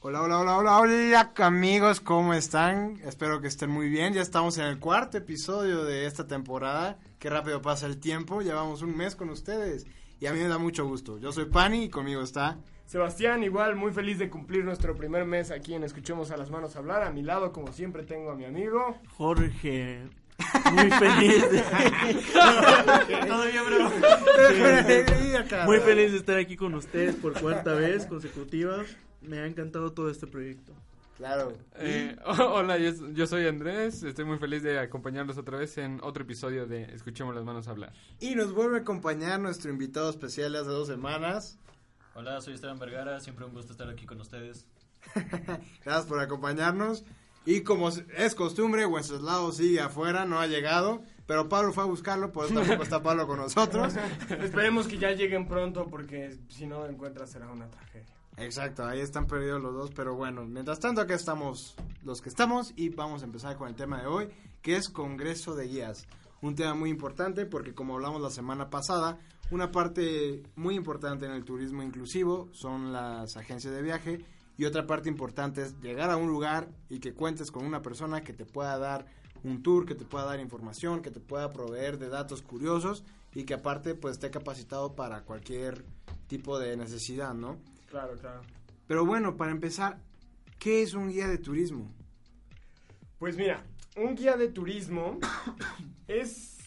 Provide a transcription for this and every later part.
Hola, hola, hola, hola, hola, amigos, ¿cómo están? Espero que estén muy bien. Ya estamos en el cuarto episodio de esta temporada. Qué rápido pasa el tiempo. Llevamos un mes con ustedes y a mí me da mucho gusto. Yo soy Pani y conmigo está Sebastián, igual muy feliz de cumplir nuestro primer mes aquí en Escuchemos a las Manos Hablar. A mi lado, como siempre, tengo a mi amigo Jorge. Muy feliz de... Todo bien, bro. Muy feliz de estar aquí con ustedes por cuarta vez consecutiva. Me ha encantado todo este proyecto. Claro. Hola, yo soy Andrés. Estoy muy feliz de acompañarlos otra vez en otro episodio de Escuchemos las Manos Hablar. Y nos vuelve a acompañar nuestro invitado especial de hace 2 semanas. Hola, soy Esteban Vergara. Siempre un gusto estar aquí con ustedes. Gracias por acompañarnos. Y como es costumbre, Wenceslao sigue afuera, no ha llegado. Pero Pablo fue a buscarlo, por eso tampoco está Pablo con nosotros. Esperemos que ya lleguen pronto, porque si no lo encuentras será una tragedia. Exacto, ahí están perdidos los dos, pero bueno, mientras tanto acá estamos los que estamos y vamos a empezar con el tema de hoy, que es Congreso de Guías. Un tema muy importante porque, como hablamos la semana pasada, una parte muy importante en el turismo inclusivo son las agencias de viaje, y otra parte importante es llegar a un lugar y que cuentes con una persona que te pueda dar un tour, que te pueda dar información, que te pueda proveer de datos curiosos y que aparte pues esté capacitado para cualquier tipo de necesidad, ¿no? Claro, claro. Pero bueno, para empezar, ¿qué es un guía de turismo? Pues mira, un guía de turismo es...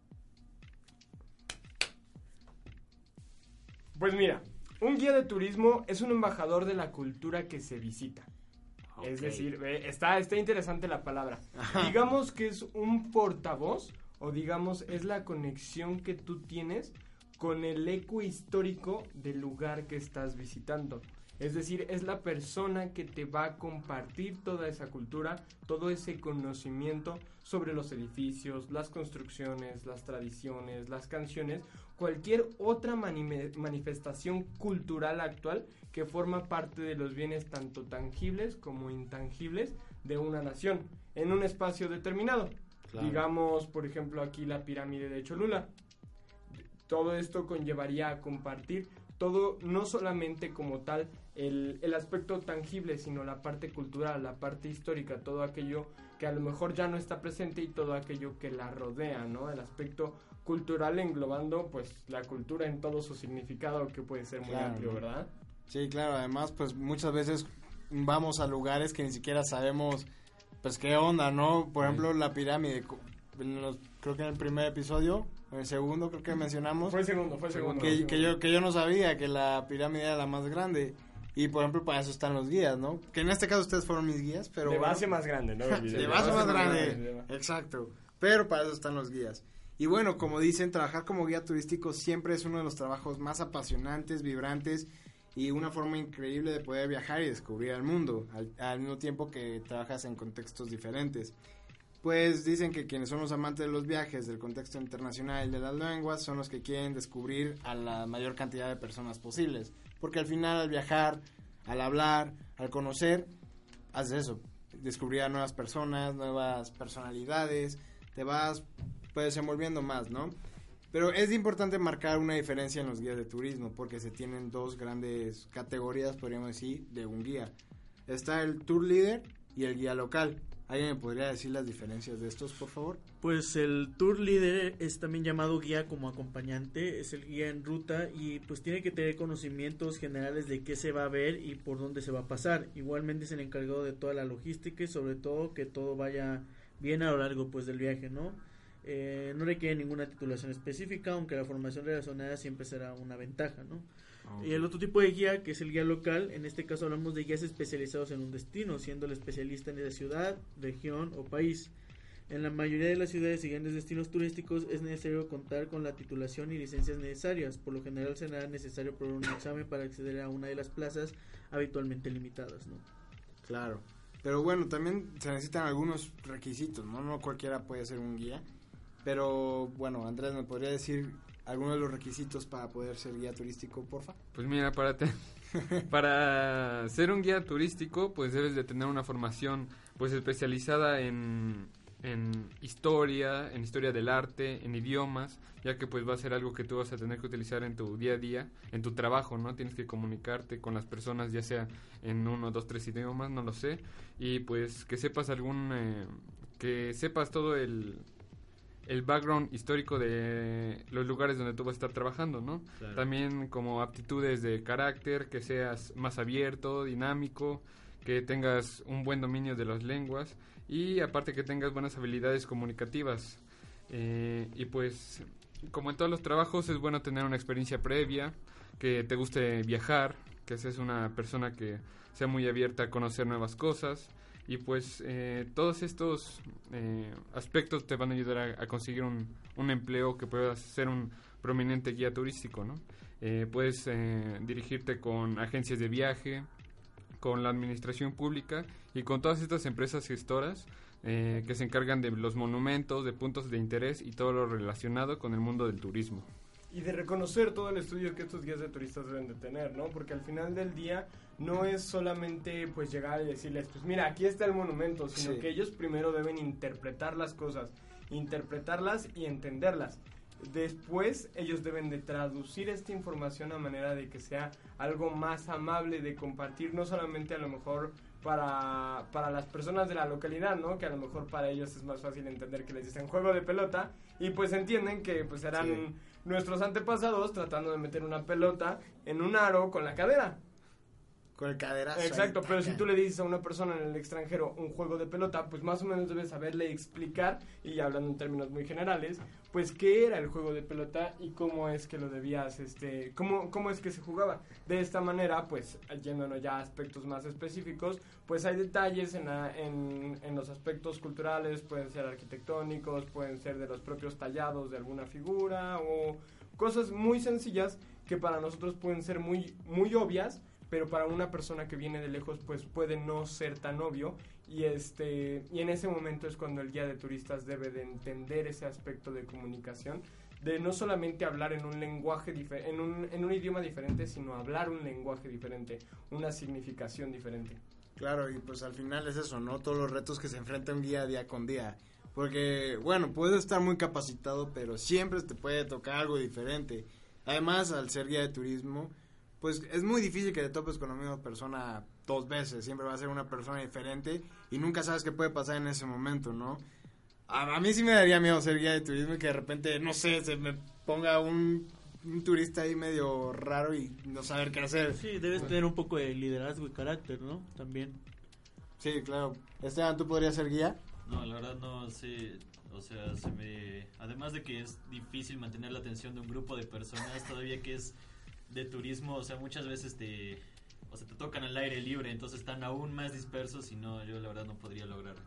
Pues mira, un guía de turismo es un embajador de la cultura que se visita. Okay. Es decir, está interesante la palabra. Ajá. Digamos que es un portavoz, o digamos es la conexión que tú tienes con el eco histórico del lugar que estás visitando. Es decir, es la persona que te va a compartir toda esa cultura, todo ese conocimiento sobre los edificios, las construcciones, las tradiciones, las canciones, cualquier otra manifestación cultural actual que forma parte de los bienes tanto tangibles como intangibles de una nación en un espacio determinado. Claro. Digamos, por ejemplo, aquí la pirámide de Cholula. Todo esto conllevaría a compartir todo, no solamente como tal el aspecto tangible, sino la parte cultural, la parte histórica, todo aquello que a lo mejor ya no está presente y todo aquello que la rodea, ¿no? El aspecto cultural englobando pues la cultura en todo su significado, que puede ser muy amplio, ¿verdad? Sí, claro, además pues muchas veces vamos a lugares que ni siquiera sabemos pues qué onda, ¿no? Por ejemplo, la pirámide, creo que en el primer episodio, en el segundo creo que mencionamos. Fue el segundo. Que yo no sabía que la pirámide era la más grande. Y por ejemplo, para eso están los guías, ¿no? Que en este caso ustedes fueron mis guías, pero... De base más grande, ¿no? De base más grande, exacto. Pero para eso están los guías. Y bueno, como dicen, trabajar como guía turístico siempre es uno de los trabajos más apasionantes, vibrantes y una forma increíble de poder viajar y descubrir el mundo, al mismo tiempo que trabajas en contextos diferentes. Pues dicen que quienes son los amantes de los viajes, del contexto internacional y de las lenguas, son los que quieren descubrir a la mayor cantidad de personas posibles. Porque al final, al viajar, al hablar, al conocer, haces eso, descubrir a nuevas personas, nuevas personalidades, te vas pues desenvolviendo más, ¿no? Pero es importante marcar una diferencia en los guías de turismo, porque se tienen 2 grandes categorías, podríamos decir, de un guía. Está el tour leader y el guía local. ¿Alguien me podría decir las diferencias de estos, por favor? Pues el tour leader es también llamado guía como acompañante, es el guía en ruta y pues tiene que tener conocimientos generales de qué se va a ver y por dónde se va a pasar. Igualmente es el encargado de toda la logística y sobre todo que todo vaya bien a lo largo pues del viaje, ¿no? No requiere ninguna titulación específica, aunque la formación relacionada siempre será una ventaja, ¿no? Okay. Y el otro tipo de guía, que es el guía local, en este caso hablamos de guías especializados en un destino, siendo el especialista en esa ciudad, región o país. En la mayoría de las ciudades y grandes destinos turísticos es necesario contar con la titulación y licencias necesarias. Por lo general será necesario probar un examen para acceder a una de las plazas habitualmente limitadas, ¿no? Claro, pero bueno, también se necesitan algunos requisitos, ¿no? No cualquiera puede ser un guía, pero bueno, Andrés, ¿me podría decir algunos de los requisitos para poder ser guía turístico, porfa? Pues mira, para ser un guía turístico, pues debes de tener una formación pues especializada en en historia del arte, en idiomas, ya que pues va a ser algo que tú vas a tener que utilizar en tu día a día, en tu trabajo, ¿no? Tienes que comunicarte con las personas, ya sea en 1, 2, 3 idiomas, no lo sé, y pues que sepas que sepas todo el background histórico de los lugares donde tú vas a estar trabajando, ¿no? Claro. También como aptitudes de carácter, que seas más abierto, dinámico, que tengas un buen dominio de las lenguas y aparte que tengas buenas habilidades comunicativas. Y pues, como en todos los trabajos, es bueno tener una experiencia previa, que te guste viajar, que seas una persona que sea muy abierta a conocer nuevas cosas. Y pues todos estos aspectos te van a ayudar a conseguir un empleo que puedas ser un prominente guía turístico, ¿no? Puedes dirigirte con agencias de viaje, con la administración pública y con todas estas empresas gestoras que se encargan de los monumentos, de puntos de interés y todo lo relacionado con el mundo del turismo. Y de reconocer todo el estudio que estos guías de turistas deben de tener, ¿no? Porque al final del día no es solamente pues llegar y decirles, pues mira, aquí está el monumento, sino que ellos primero deben interpretar las cosas, interpretarlas y entenderlas. Después ellos deben de traducir esta información a manera de que sea algo más amable de compartir, no solamente a lo mejor para las personas de la localidad, ¿no? Que a lo mejor para ellos es más fácil entender que les dicen juego de pelota y pues entienden que pues eran nuestros antepasados tratando de meter una pelota en un aro con la cadera. Con el caderazo. Exacto, pero si tú le dices a una persona en el extranjero un juego de pelota, pues más o menos debes saberle explicar, y hablando en términos muy generales, pues qué era el juego de pelota y cómo es que lo debías, cómo es que se jugaba. De esta manera, pues, yéndonos ya a aspectos más específicos, pues hay detalles en los aspectos culturales, pueden ser arquitectónicos, pueden ser de los propios tallados de alguna figura, o cosas muy sencillas que para nosotros pueden ser muy, muy obvias, pero para una persona que viene de lejos pues puede no ser tan obvio y en ese momento es cuando el guía de turistas debe de entender ese aspecto de comunicación, de no solamente hablar en un lenguaje en un idioma diferente, sino hablar un lenguaje diferente, una significación diferente. Claro, y pues al final es eso, ¿no? Todos los retos que se enfrenta un guía día con día. Porque, bueno, puedes estar muy capacitado, pero siempre te puede tocar algo diferente. Además, al ser guía de turismo, pues es muy difícil que te topes con la misma persona 2 veces. Siempre va a ser una persona diferente y nunca sabes qué puede pasar en ese momento, ¿no? A mí sí me daría miedo ser guía de turismo y que de repente, no sé, se me ponga un turista ahí medio raro y no saber qué hacer. Sí, debes tener un poco de liderazgo y carácter, ¿no? También. Sí, claro. Esteban, ¿tú podrías ser guía? No, la verdad no sé, o sea, además de que es difícil mantener la atención de un grupo de personas, todavía que es de turismo, o sea, muchas veces te tocan al aire libre, entonces están aún más dispersos y no, yo la verdad no podría lograrlo.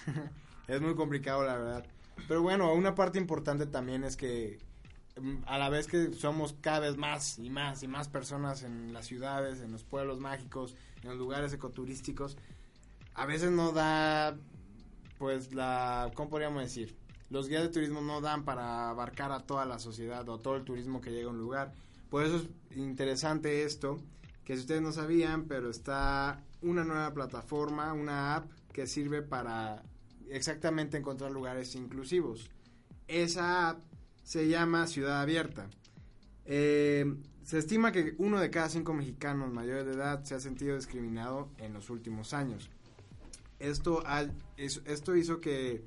Es muy complicado, la verdad. Pero bueno, una parte importante también es que a la vez que somos cada vez más y más y más personas en las ciudades, en los pueblos mágicos, en los lugares ecoturísticos, a veces no da, pues ¿cómo podríamos decir? Los guías de turismo no dan para abarcar a toda la sociedad o todo el turismo que llega a un lugar. Por eso es interesante esto, que si ustedes no sabían, pero está una nueva plataforma, una app que sirve para exactamente encontrar lugares inclusivos. Esa app se llama Ciudad Abierta. Se estima que 1 de cada 5 mexicanos mayores de edad se ha sentido discriminado en los últimos años. Esto hizo que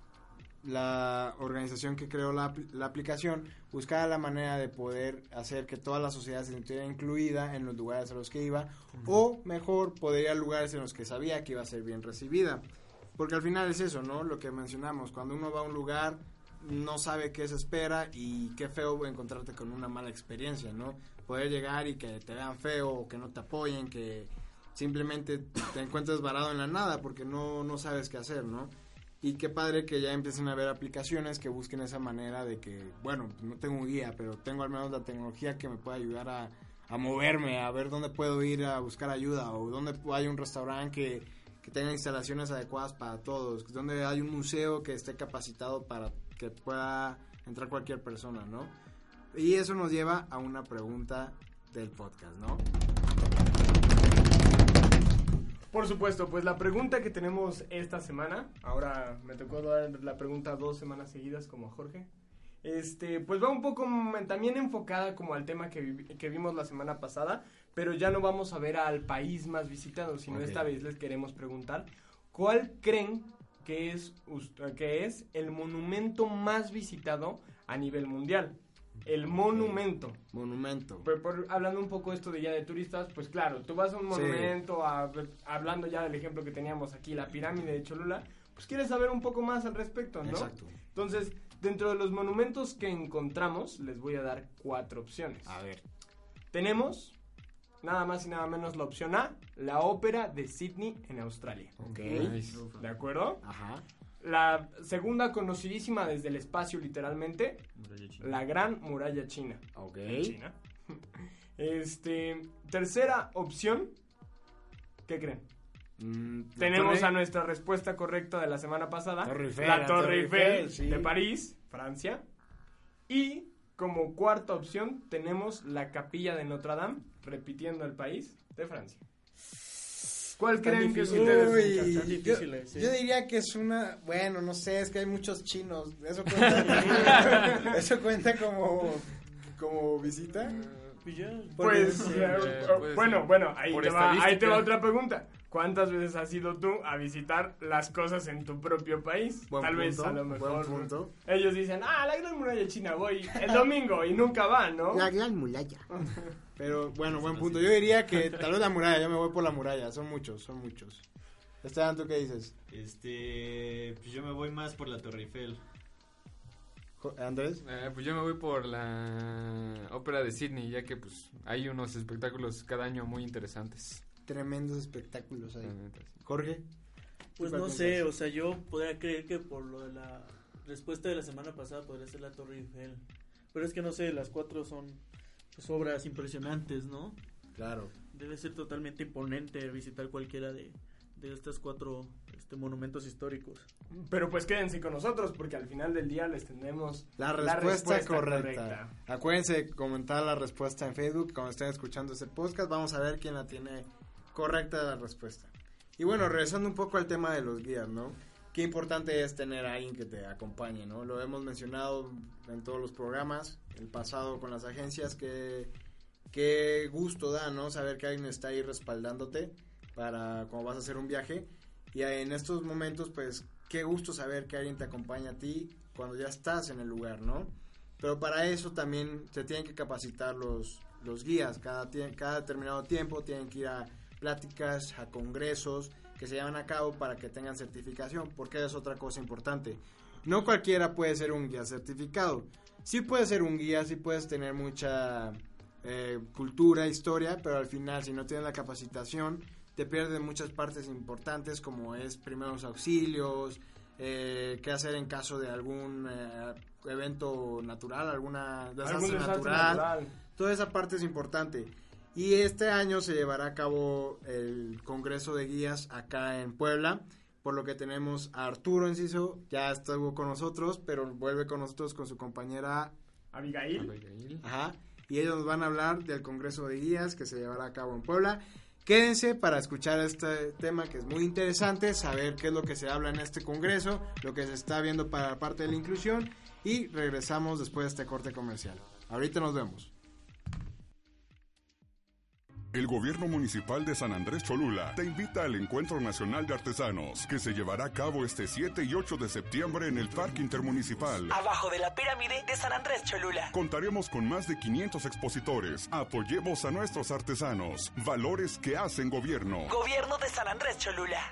la organización que creó la aplicación buscara la manera de poder hacer que toda la sociedad se sintiera incluida en los lugares a los que iba, o mejor, poder ir a lugares en los que sabía que iba a ser bien recibida. Porque al final es eso, ¿no? Lo que mencionamos, cuando uno va a un lugar no sabe qué se espera y qué feo encontrarte con una mala experiencia, ¿no? Poder llegar y que te vean feo o que no te apoyen, que simplemente te encuentres varado en la nada porque no sabes qué hacer, ¿no? Y qué padre que ya empiecen a haber aplicaciones que busquen esa manera de que, bueno, no tengo un guía, pero tengo al menos la tecnología que me pueda ayudar a moverme, a ver dónde puedo ir a buscar ayuda, o dónde hay un restaurante que tenga instalaciones adecuadas para todos, donde hay un museo que esté capacitado para que pueda entrar cualquier persona, ¿no? Y eso nos lleva a una pregunta del podcast, ¿no? Por supuesto, pues la pregunta que tenemos esta semana, ahora me tocó dar la pregunta 2 semanas seguidas como a Jorge, pues va un poco también enfocada como al tema que vimos la semana pasada, pero ya no vamos a ver al país más visitado, sino esta vez les queremos preguntar, ¿cuál creen que es el monumento más visitado a nivel mundial? El monumento. Monumento. Hablando un poco esto de ya de turistas, pues claro, tú vas a un monumento, hablando ya del ejemplo que teníamos aquí, la pirámide de Cholula, pues quieres saber un poco más al respecto, ¿no? Exacto. Entonces, dentro de los monumentos que encontramos, les voy a dar 4 opciones. A ver. Tenemos, nada más y nada menos, la opción A, la ópera de Sydney en Australia. Ok. Nice. ¿De acuerdo? Ajá. La segunda, conocidísima desde el espacio literalmente, la Gran Muralla China. Ok. En China. Tercera opción, ¿qué creen? Tenemos a nuestra respuesta correcta de la semana pasada, la Torre Eiffel sí. de París, Francia. Y como cuarta opción tenemos la Capilla de Notre Dame, repitiendo el país, de Francia. ¿Cuál creen que es ustedes, muchachos? Yo diría que es una, bueno, no sé, es que hay muchos chinos, eso cuenta, eso cuenta como visita. Bueno, ahí te va estadística. otra pregunta. ¿Cuántas veces has ido tú a visitar las cosas en tu propio país? Buen Vez punto, a lo mejor. buen punto. Ellos dicen, la Gran Muralla China, voy el domingo y nunca van, ¿no? La Gran Muralla. Pero bueno, buen punto. Yo diría que tal vez la muralla, yo me voy por la muralla, son muchos. Esteban, ¿tú qué dices? Pues yo me voy más por la Torre Eiffel. ¿Andrés? Pues yo me voy por la ópera de Sydney, ya que pues hay unos espectáculos cada año muy interesantes. Tremendos espectáculos ahí. La neta, sí. Jorge. Pues no sé, o sea, yo podría creer que por lo de la respuesta de la semana pasada podría ser la Torre Eiffel. Pero es que no sé, las 4 son pues obras impresionantes, ¿no? Claro. Debe ser totalmente imponente visitar cualquiera de estas 4 monumentos históricos. Pero pues quédense con nosotros porque al final del día les tendremos La respuesta correcta. Acuérdense de comentar la respuesta en Facebook cuando estén escuchando este podcast. Vamos a ver quién la tiene correcta la respuesta. Y bueno, regresando un poco al tema de los guías, ¿no? Qué importante es tener a alguien que te acompañe, ¿no? Lo hemos mencionado en todos los programas, el pasado con las agencias, qué gusto da, ¿no? Saber que alguien está ahí respaldándote para cuando vas a hacer un viaje. Y en estos momentos, pues, qué gusto saber que alguien te acompaña a ti cuando ya estás en el lugar, ¿no? Pero para eso también se tienen que capacitar los guías. Cada determinado tiempo tienen que ir a pláticas, a congresos que se llevan a cabo para que tengan certificación, porque es otra cosa importante. No cualquiera puede ser un guía certificado. Sí puedes ser un guía, sí puedes tener mucha cultura, historia, pero al final si no tienes la capacitación te pierdes muchas partes importantes como es primeros auxilios, qué hacer en caso de algún evento natural, algún desastre natural. Toda esa parte es importante. Y este año se llevará a cabo el Congreso de Guías acá en Puebla, por lo que tenemos a Arturo Enciso, ya estuvo con nosotros, pero vuelve con nosotros con su compañera Abigail. Ajá, y ellos nos van a hablar del Congreso de Guías que se llevará a cabo en Puebla. Quédense para escuchar este tema que es muy interesante, saber qué es lo que se habla en este congreso, lo que se está viendo para la parte de la inclusión, y regresamos después de este corte comercial. Ahorita nos vemos. El Gobierno Municipal de San Andrés Cholula te invita al Encuentro Nacional de Artesanos, que se llevará a cabo este 7 y 8 de septiembre en el Parque Intermunicipal. Abajo de la pirámide de San Andrés Cholula. Contaremos con más de 500 expositores. Apoyemos a nuestros artesanos. Valores que hacen gobierno. Gobierno de San Andrés Cholula.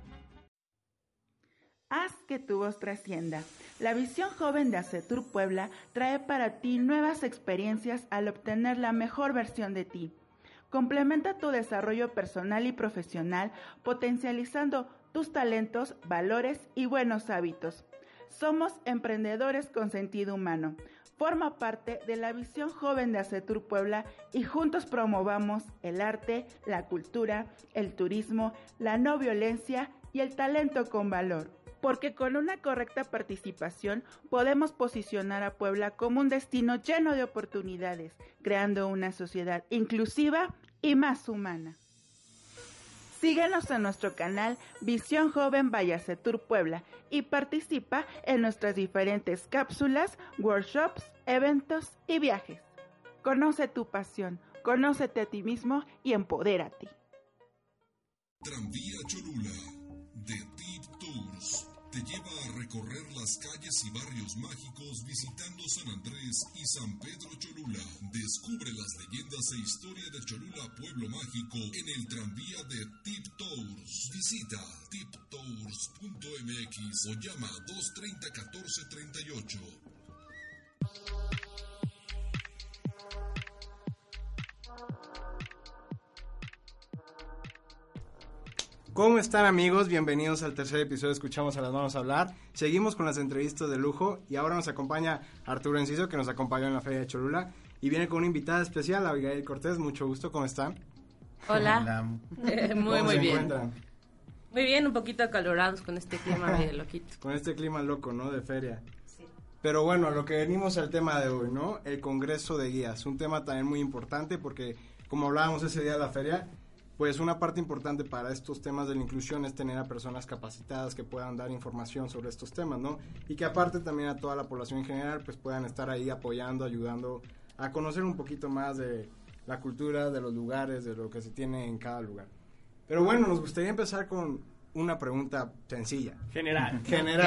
Haz que tu voz trascienda. La visión joven de Acetur Puebla trae para ti nuevas experiencias al obtener la mejor versión de ti. Complementa tu desarrollo personal y profesional, potencializando tus talentos, valores y buenos hábitos. Somos emprendedores con sentido humano. Forma parte de la visión joven de Acetur Puebla y juntos promovamos el arte, la cultura, el turismo, la no violencia y el talento con valor. Porque con una correcta participación podemos posicionar a Puebla como un destino lleno de oportunidades, creando una sociedad inclusiva y más humana. Síguenos en nuestro canal Visión Joven Váyase Tour Puebla y participa en nuestras diferentes cápsulas, workshops, eventos y viajes. Conoce tu pasión, conócete a ti mismo y empodérate. Tranvía Cholula de Tip Tours te lleva a recorrer las calles y barrios mágicos visitando San Andrés y San Pedro Cholula. Descubre las leyendas e historia de Cholula, pueblo mágico, en el tranvía de Tip Tours. Visita tiptours.mx o llama 230-1438. ¿Cómo están, amigos? Bienvenidos al tercer episodio de Escuchamos a las Manos Hablar. Seguimos con las entrevistas de lujo y ahora nos acompaña Arturo Enciso, que nos acompañó en la Feria de Cholula, y viene con una invitada especial, Abigail Cortés. Mucho gusto, ¿cómo están? Hola. Muy bien. Encuentran? Muy bien, un poquito acalorados con este clima medio loquito. Con este clima loco, ¿no? De feria. Sí. Pero bueno, a lo que venimos al tema de hoy, ¿no? El Congreso de Guías. Un tema también muy importante porque, como hablábamos ese día de la feria, pues una parte importante para estos temas de la inclusión es tener a personas capacitadas que puedan dar información sobre estos temas, ¿no? Y que aparte también a toda la población en general, pues puedan estar ahí apoyando, ayudando a conocer un poquito más de la cultura, de los lugares, de lo que se tiene en cada lugar. Pero bueno, nos gustaría empezar con una pregunta sencilla. General.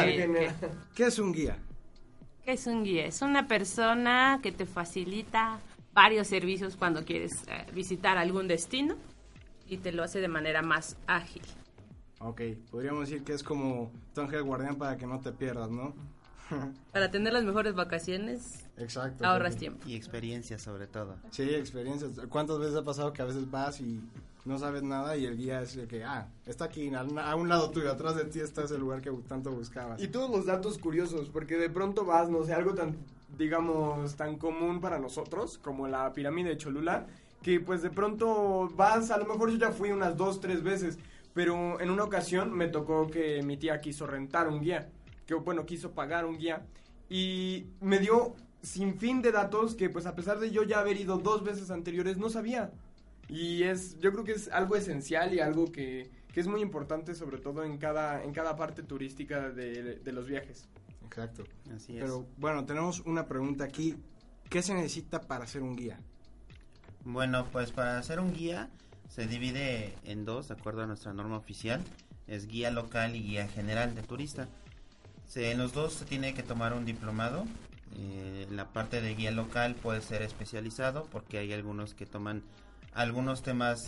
¿Qué es un guía? ¿Qué es un guía? Es una persona que te facilita varios servicios cuando quieres visitar algún destino y te lo hace de manera más ágil. Ok, podríamos decir que es como tu ángel guardián para que no te pierdas, ¿no? Para tener las mejores vacaciones, exacto, ahorras tiempo. Y experiencias sobre todo. Sí, experiencias. ¿Cuántas veces ha pasado que a veces vas y no sabes nada y el guía es el que, está aquí, a un lado tuyo, atrás de ti está ese lugar que tanto buscabas? Y todos los datos curiosos, porque de pronto vas, no sé, algo tan, digamos, tan común para nosotros, como la pirámide de Cholula, que pues de pronto vas, a lo mejor yo ya fui unas 2-3 veces, pero en una ocasión me tocó que mi tía quiso rentar un guía, quiso pagar un guía, y me dio sin fin de datos que pues a pesar de yo ya haber ido 2 veces anteriores, no sabía. Y yo creo que es algo esencial y algo que es muy importante, sobre todo en cada parte turística de los viajes. Exacto. Así es. Pero bueno, tenemos una pregunta aquí. ¿Qué se necesita para ser un guía? Bueno, pues para ser un guía se divide en dos, de acuerdo a nuestra norma oficial. Es guía local y guía general de turista. En los dos se tiene que tomar un diplomado. La parte de guía local puede ser especializado porque hay algunos que toman algunos temas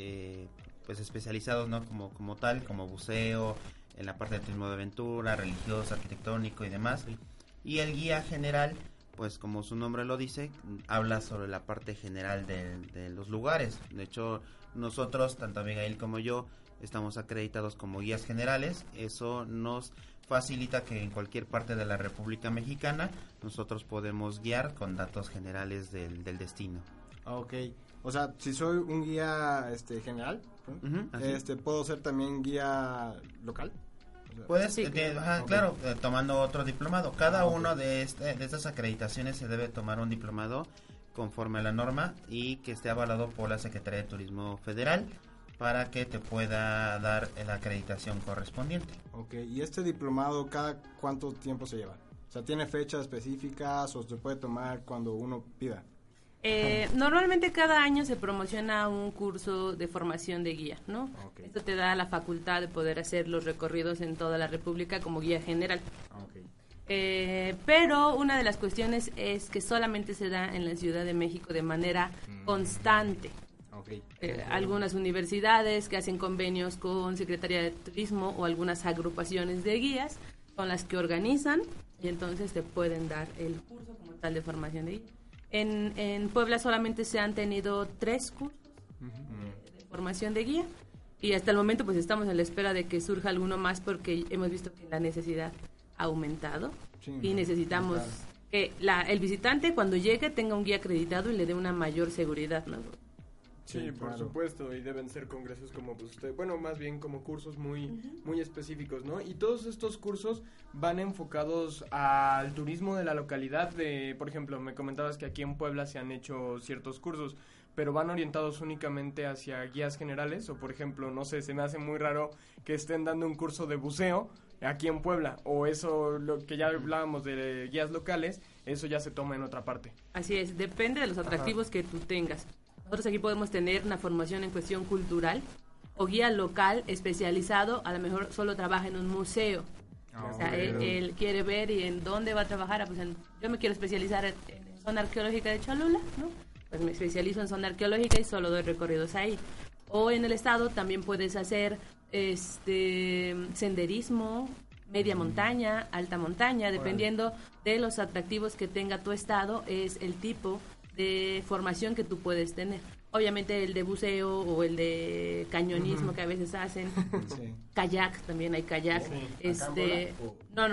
pues especializados, ¿no? Como tal, como buceo, en la parte de turismo de aventura, religioso, arquitectónico y demás. Y el guía general, pues como su nombre lo dice, habla sobre la parte general de los lugares. De hecho, nosotros, tanto Abigail como yo, estamos acreditados como guías generales. Eso nos facilita que en cualquier parte de la República Mexicana nosotros podemos guiar con datos generales del destino. Ok, o sea, si soy un guía general, ¿puedo ser también guía local? Puedes, sí, claro, tomando otro diplomado. Cada uno de estas acreditaciones se debe tomar un diplomado conforme a la norma y que esté avalado por la Secretaría de Turismo Federal para que te pueda dar la acreditación correspondiente. Ok, ¿y este diplomado cada cuánto tiempo se lleva? O sea, ¿tiene fechas específicas o se puede tomar cuando uno pida? Normalmente cada año se promociona un curso de formación de guía, ¿no? Okay. Esto te da la facultad de poder hacer los recorridos en toda la República como guía general. Okay. Pero una de las cuestiones es que solamente se da en la Ciudad de México de manera constante. Okay. Algunas universidades que hacen convenios con Secretaría de Turismo o algunas agrupaciones de guías con las que organizan y entonces te pueden dar el curso como tal de formación de guía. En Puebla solamente se han tenido 3 cursos de formación de guía y hasta el momento pues estamos en la espera de que surja alguno más porque hemos visto que la necesidad ha aumentado y necesitamos que el visitante cuando llegue tenga un guía acreditado y le dé una mayor seguridad, ¿no? Sí, por supuesto, y deben ser congresos como pues usted, bueno, más bien como cursos muy específicos, ¿no? Y todos estos cursos van enfocados al turismo de la localidad por ejemplo, me comentabas que aquí en Puebla se han hecho ciertos cursos, pero van orientados únicamente hacia guías generales, o por ejemplo, no sé, se me hace muy raro que estén dando un curso de buceo aquí en Puebla, o eso, lo que ya hablábamos de guías locales, eso ya se toma en otra parte. Así es, depende de los atractivos que tú tengas. Nosotros aquí podemos tener una formación en cuestión cultural, o guía local especializado, a lo mejor solo trabaja en un museo. O sea, él quiere ver y en dónde va a trabajar. Pues yo me quiero especializar en zona arqueológica de Cholula, ¿no? Pues me especializo en zona arqueológica y solo doy recorridos ahí. O en el estado también puedes hacer senderismo, media montaña, alta montaña, dependiendo de los atractivos que tenga tu estado, es el tipo de formación que tú puedes tener. Obviamente el de buceo o el de cañonismo que a veces hacen, kayak, también hay kayak. No,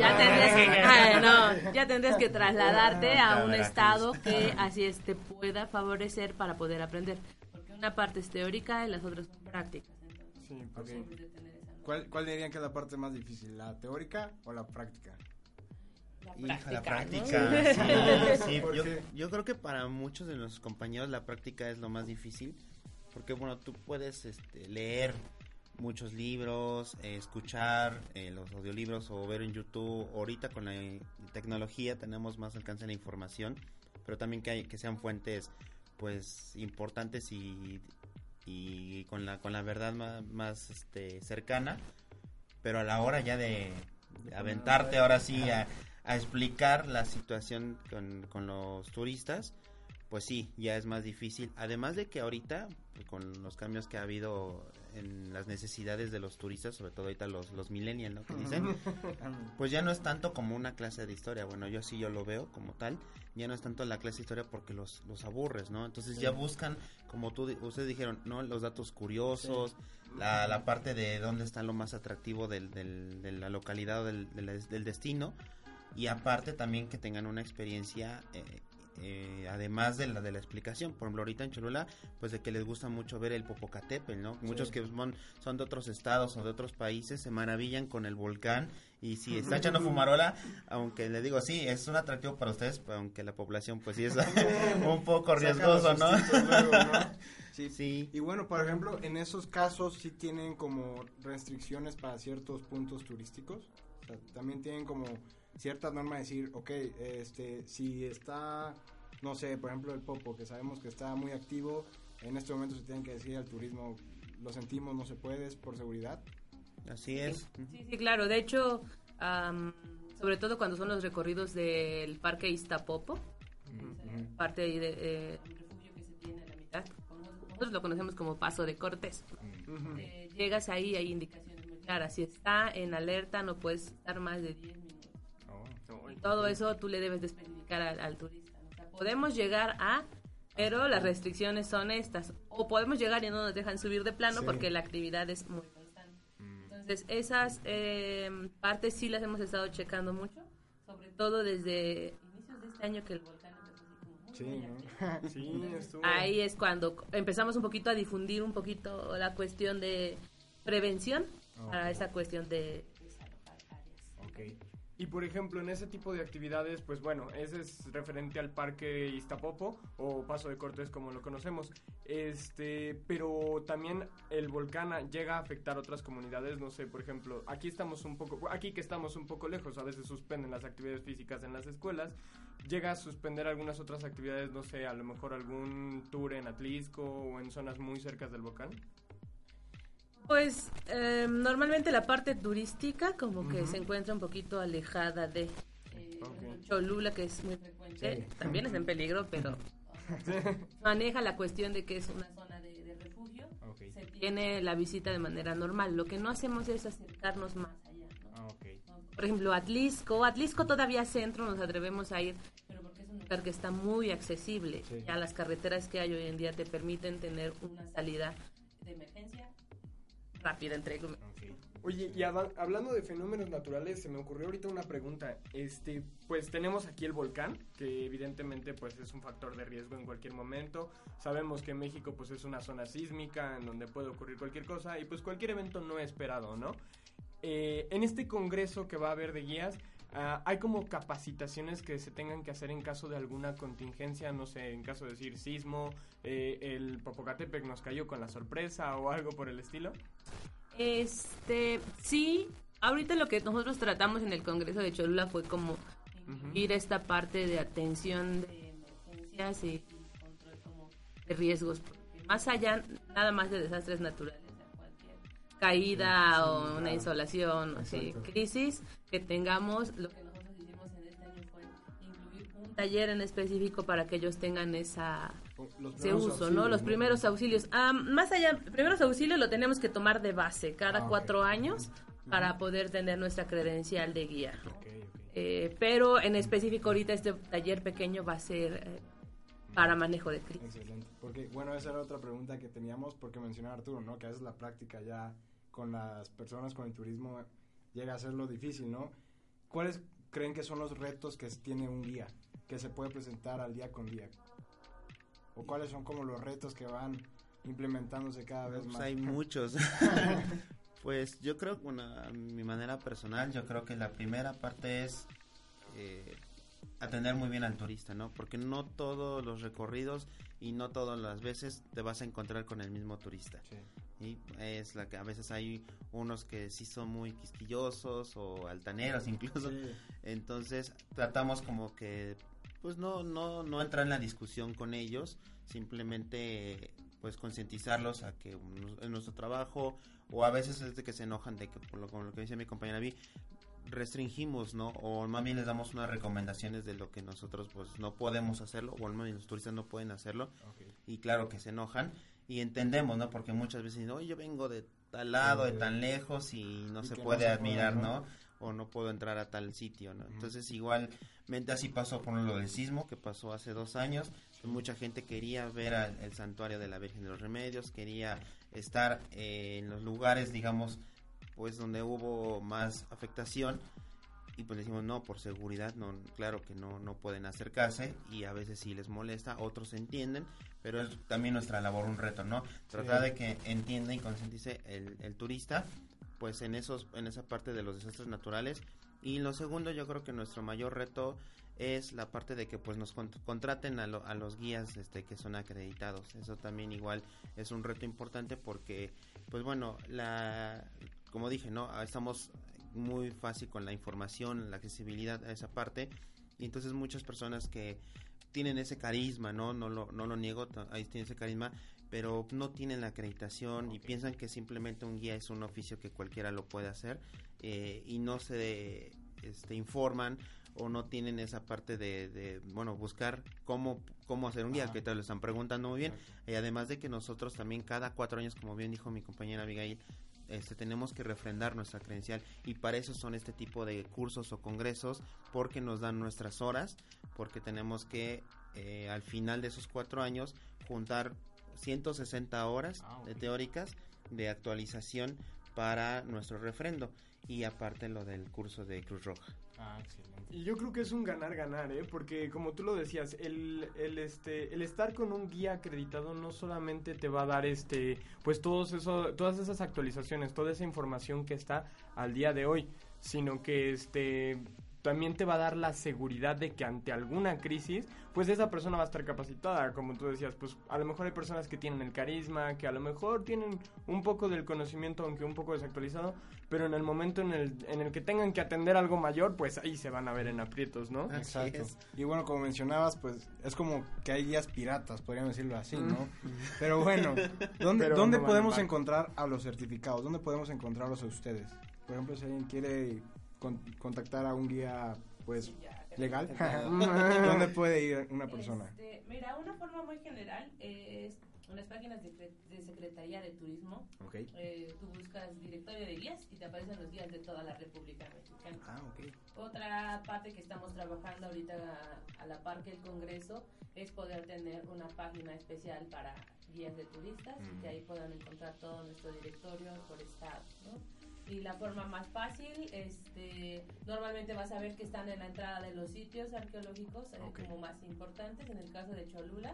ya tendrías que trasladarte a un estado que así te pueda favorecer para poder aprender, porque una parte es teórica y las otras son prácticas. Entonces, ¿Cuál dirían que es la parte más difícil, la teórica o la práctica? La práctica, ¿no? Sí. Yo creo que para muchos de nuestros compañeros la práctica es lo más difícil, porque bueno, tú puedes leer muchos libros, escuchar los audiolibros o ver en YouTube. Ahorita con la tecnología tenemos más alcance en la información, pero también que sean fuentes pues importantes y con la verdad más cercana, pero a la hora ya de aventarte ahora sí a explicar la situación con los turistas, pues sí, ya es más difícil. Además de que ahorita, con los cambios que ha habido en las necesidades de los turistas, sobre todo ahorita los millennials, ¿no? Que dicen, pues ya no es tanto como una clase de historia. Bueno, yo lo veo como tal. Ya no es tanto la clase de historia porque los aburres, ¿no? Entonces ya buscan, como ustedes dijeron, ¿no? Los datos curiosos, la parte de dónde está lo más atractivo de la localidad o del destino. Y aparte también que tengan una experiencia además de la explicación. Por ejemplo, ahorita en Cholula, pues de que les gusta mucho ver el Popocatépetl, ¿no? Muchos que son de otros estados o de otros países se maravillan con el volcán, y si está echando fumarola, aunque le digo, sí, es un atractivo para ustedes, aunque la población pues sí es un poco riesgoso, ¿no? Luego, ¿no? Sí. Y bueno, por ejemplo, en esos casos sí tienen como restricciones para ciertos puntos turísticos. O sea, también tienen como ciertas normas de decir, okay, si está, no sé, por ejemplo el Popo, que sabemos que está muy activo, en este momento se tienen que decir al turismo, lo sentimos, no se puede, es por seguridad. Así es. Sí, claro. De hecho, sobre todo cuando son los recorridos del Parque Iztapopo, parte ahí de un refugio que se tiene a la mitad, nosotros lo conocemos como Paso de Cortés. Llegas ahí, hay indicaciones muy claras. Si está en alerta, no puedes estar más de 10 minutos. Todo eso tú le debes de especificar al turista. O sea, podemos llegar pero las restricciones son estas. O podemos llegar y no nos dejan subir de plano porque la actividad es muy constante. Entonces, esas partes sí las hemos estado checando mucho, sobre todo desde inicios de este año que el volcán empezó así como muy estuvo. Ahí es cuando empezamos un poquito a difundir un poquito la cuestión de prevención para esa cuestión de desalojar áreas. Y por ejemplo, en ese tipo de actividades, pues bueno, ese es referente al Parque Iztapopo o Paso de Cortés como lo conocemos. Pero también el volcán llega a afectar otras comunidades, no sé, por ejemplo, aquí que estamos un poco lejos, a veces suspenden las actividades físicas en las escuelas, llega a suspender algunas otras actividades, no sé, a lo mejor algún tour en Atlisco o en zonas muy cercas del volcán. Pues normalmente la parte turística como que se encuentra un poquito alejada de Cholula, que es muy frecuente, también es en peligro, pero maneja la cuestión de que es una zona de refugio, se tiene la visita de manera normal. Lo que no hacemos es acercarnos más allá, ¿no? Por ejemplo, Atlisco todavía centro, nos atrevemos a ir, pero porque es un lugar que está muy accesible. Ya las carreteras que hay hoy en día te permiten tener una salida de emergencia rápida, Oye, y hablando de fenómenos naturales, se me ocurrió ahorita una pregunta. Pues tenemos aquí el volcán, que evidentemente pues es un factor de riesgo en cualquier momento. Sabemos que México pues es una zona sísmica en donde puede ocurrir cualquier cosa y pues cualquier evento no esperado, ¿no? En este congreso que va a haber de guías, ¿hay como capacitaciones que se tengan que hacer en caso de alguna contingencia? No sé, en caso de decir sismo, el Popocatépetl nos cayó con la sorpresa o algo por el estilo. Sí, ahorita lo que nosotros tratamos en el Congreso de Cholula fue como incluir esta parte de atención de emergencias y control como de riesgos, porque más allá, nada más de desastres naturales, cualquier caída o una insolación, o sea, crisis que tengamos, lo que nosotros hicimos en este año fue incluir un taller en específico para que ellos tengan ese uso, ¿no? Los primeros auxilios. Más allá, primeros auxilios lo tenemos que tomar de base cada 4 años para poder tener nuestra credencial de guía. Pero en específico ahorita este taller pequeño va a ser para manejo de crisis. Excelente, porque bueno, esa era otra pregunta que teníamos, porque mencionaba Arturo, ¿no? Que a veces la práctica ya con las personas, con el turismo, llega a ser lo difícil, ¿no? ¿Cuáles creen que son los retos que tiene un guía, que se puede presentar al día con día? ¿O cuáles son como los retos que van implementándose cada vez más? Hay muchos. Pues yo creo, bueno, a mi manera personal, yo creo que la primera parte es atender muy bien al turista, ¿no? Porque no todos los recorridos y no todas las veces te vas a encontrar con el mismo turista. Sí. Y es la que a veces hay unos que sí son muy quisquillosos o altaneros incluso. Sí. Entonces tratamos como que pues no entrar en la discusión con ellos, simplemente pues concientizarlos a que en nuestro trabajo, o a veces es de que se enojan de que como lo que dice mi compañera Vi, restringimos, ¿no? O más bien les damos unas recomendaciones de lo que nosotros pues no podemos hacerlo, o al menos los turistas no pueden hacerlo. Y claro que se enojan y entendemos, ¿no? Porque muchas veces dicen, oye, yo vengo de tal lado, de tan lejos y no se puede admirar, ¿no? O no puedo entrar a tal sitio, ¿no? Entonces igualmente así pasó con lo del sismo que pasó hace 2 años. Mucha gente quería ver el santuario de la Virgen de los Remedios, quería estar en los lugares, digamos, pues donde hubo más afectación, y pues decimos no, por seguridad, no, claro que no pueden acercarse, y a veces sí les molesta, otros entienden, pero es también nuestra labor un reto, ¿no? Tratar de que entienda y concientice el turista, pues en esa parte de los desastres naturales. Y lo segundo, yo creo que nuestro mayor reto es la parte de que pues nos contraten a los guías que son acreditados. Eso también igual es un reto importante porque pues bueno, como dije, ¿no? Estamos muy fácil con la información, la accesibilidad a esa parte, y entonces muchas personas que tienen ese carisma, no lo niego, ahí tienen ese carisma, pero no tienen la acreditación y piensan que simplemente un guía es un oficio que cualquiera lo puede hacer, y no se informan o no tienen esa parte de buscar cómo hacer un guía, que te lo están preguntando muy bien. Y además de que nosotros también cada 4 años, como bien dijo mi compañera Abigail, tenemos que refrendar nuestra credencial, y para eso son este tipo de cursos o congresos, porque nos dan nuestras horas, porque tenemos que al final de esos 4 años juntar 160 horas de teóricas de actualización para nuestro refrendo, y aparte lo del curso de Cruz Roja. Excelente. Y yo creo que es un ganar-ganar, porque como tú lo decías, el estar con un guía acreditado no solamente te va a dar pues todas esas actualizaciones, toda esa información que está al día de hoy, sino que también te va a dar la seguridad de que ante alguna crisis, pues esa persona va a estar capacitada. Como tú decías, pues a lo mejor hay personas que tienen el carisma, que a lo mejor tienen un poco del conocimiento, aunque un poco desactualizado, pero en el momento en el que tengan que atender algo mayor, pues ahí se van a ver en aprietos, ¿no? Exacto. Y bueno, como mencionabas, pues es como que hay guías piratas, podríamos decirlo así, ¿no? Pero bueno, ¿dónde podemos encontrar a los certificados? ¿Dónde podemos encontrarlos a ustedes? Por ejemplo, si alguien quiere contactar a un guía pues legal, ¿dónde puede ir una persona? Mira, una forma muy general es en las páginas de Secretaría de Turismo. Tú buscas directorio de guías y te aparecen los guías de toda la República Mexicana. Otra parte que estamos trabajando ahorita a la par que el Congreso es poder tener una página especial para guías de turistas, y que ahí puedan encontrar todo nuestro directorio por estado, ¿no? Y la forma más fácil, normalmente vas a ver que están en la entrada de los sitios arqueológicos como más importantes. En el caso de Cholula,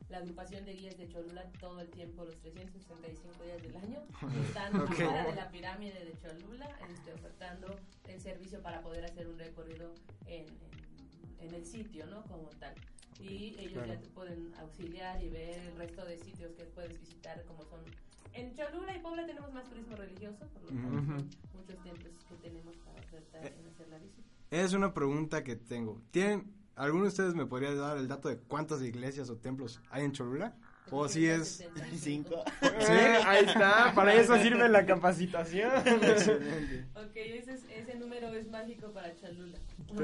la agrupación de guías de Cholula todo el tiempo, los 365 días del año, están Okay. afuera de la pirámide de Cholula, ofertando el servicio para poder hacer un recorrido en el sitio, ¿no? Como tal. Y ellos ya te pueden auxiliar y ver el resto de sitios que puedes visitar, como son... En Cholula y Puebla tenemos más turismo religioso, por lo tanto, son muchos templos que tenemos para ofertar en hacer la visita. Es una pregunta que tengo. ¿Alguno de ustedes me podría dar el dato de cuántas iglesias o templos hay en Cholula? ¿O si es 5? Sí, ahí está, para eso sirve la capacitación. Ok, ese número es mágico para Cholula. Uno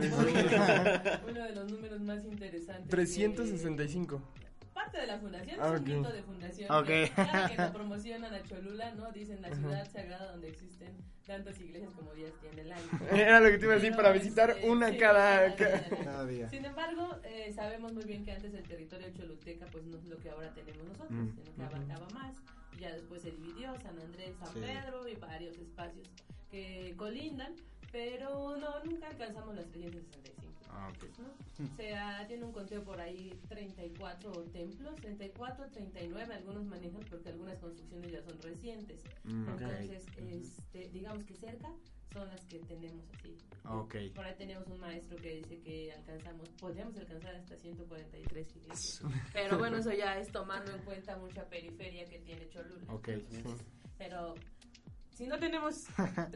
de los números más interesantes. 365. Parte de la fundación, Ah, es un ok. mito de fundación. Ok. Cada que lo promocionan a Cholula, ¿no? Dicen la ciudad sagrada donde existen tantas iglesias como días tiene el año. Era lo que te iba a decir, para visitar una sí, cada... cada día? Sin embargo, sabemos muy bien que antes el territorio choluteca pues no es lo que ahora tenemos nosotros, sino que abarcaba más. Y ya después se dividió San Andrés, San Pedro y varios espacios que colindan, pero no, nunca alcanzamos las 365. Okay. ¿No? O sea, tiene un conteo por ahí 34 templos, 34, 39, algunos manejan porque algunas construcciones ya son recientes. Entonces, digamos que cerca son las que tenemos así. Okay. Por ahí tenemos un maestro que dice que podríamos alcanzar hasta 143 iglesias. Pero bueno, eso ya es tomando en cuenta mucha periferia que tiene Cholula. Okay. Entonces, pero si no tenemos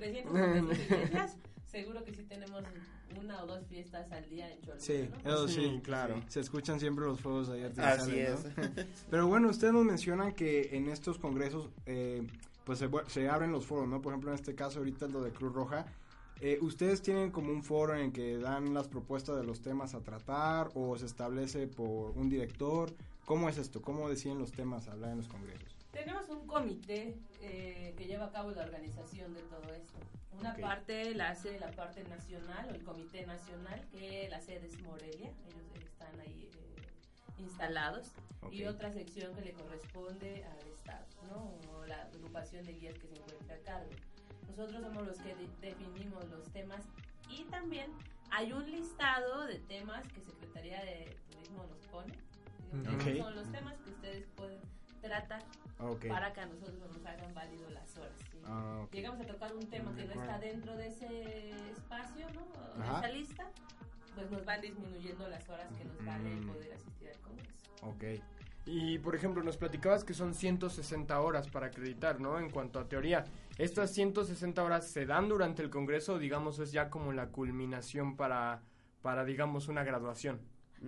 300 iglesias, seguro que sí tenemos una o dos fiestas al día en Cholula, Sí, ¿no? eso sí, Sí, claro. Se escuchan siempre los fuegos ahí artificiales, Así ¿no? es. Pero bueno, ustedes nos mencionan que en estos congresos pues se abren los foros, ¿no? Por ejemplo, en este caso ahorita lo de Cruz Roja. ¿Ustedes tienen como un foro en el que dan las propuestas de los temas a tratar o se establece por un director? ¿Cómo es esto? ¿Cómo deciden los temas a hablar en los congresos? Tenemos un comité que lleva a cabo la organización de todo esto. Una parte la hace la parte nacional o el comité nacional, que la sede es Morelia, ellos están ahí instalados, y otra sección que le corresponde al estado, ¿no? O la agrupación de guías que se encuentra a cargo. Nosotros somos los que definimos los temas y también hay un listado de temas que Secretaría de Turismo nos pone. Digamos, son los temas que ustedes pueden tratar para que a nosotros nos hagan válido las horas. ¿Sí? Llegamos a tocar un tema que no está dentro de ese espacio, ¿no? De esa lista, pues nos van disminuyendo las horas que nos vale poder asistir al congreso. Ok. Y, por ejemplo, nos platicabas que son 160 horas para acreditar, ¿no? En cuanto a teoría. ¿Estas 160 horas se dan durante el congreso o, digamos, es ya como la culminación para digamos, una graduación?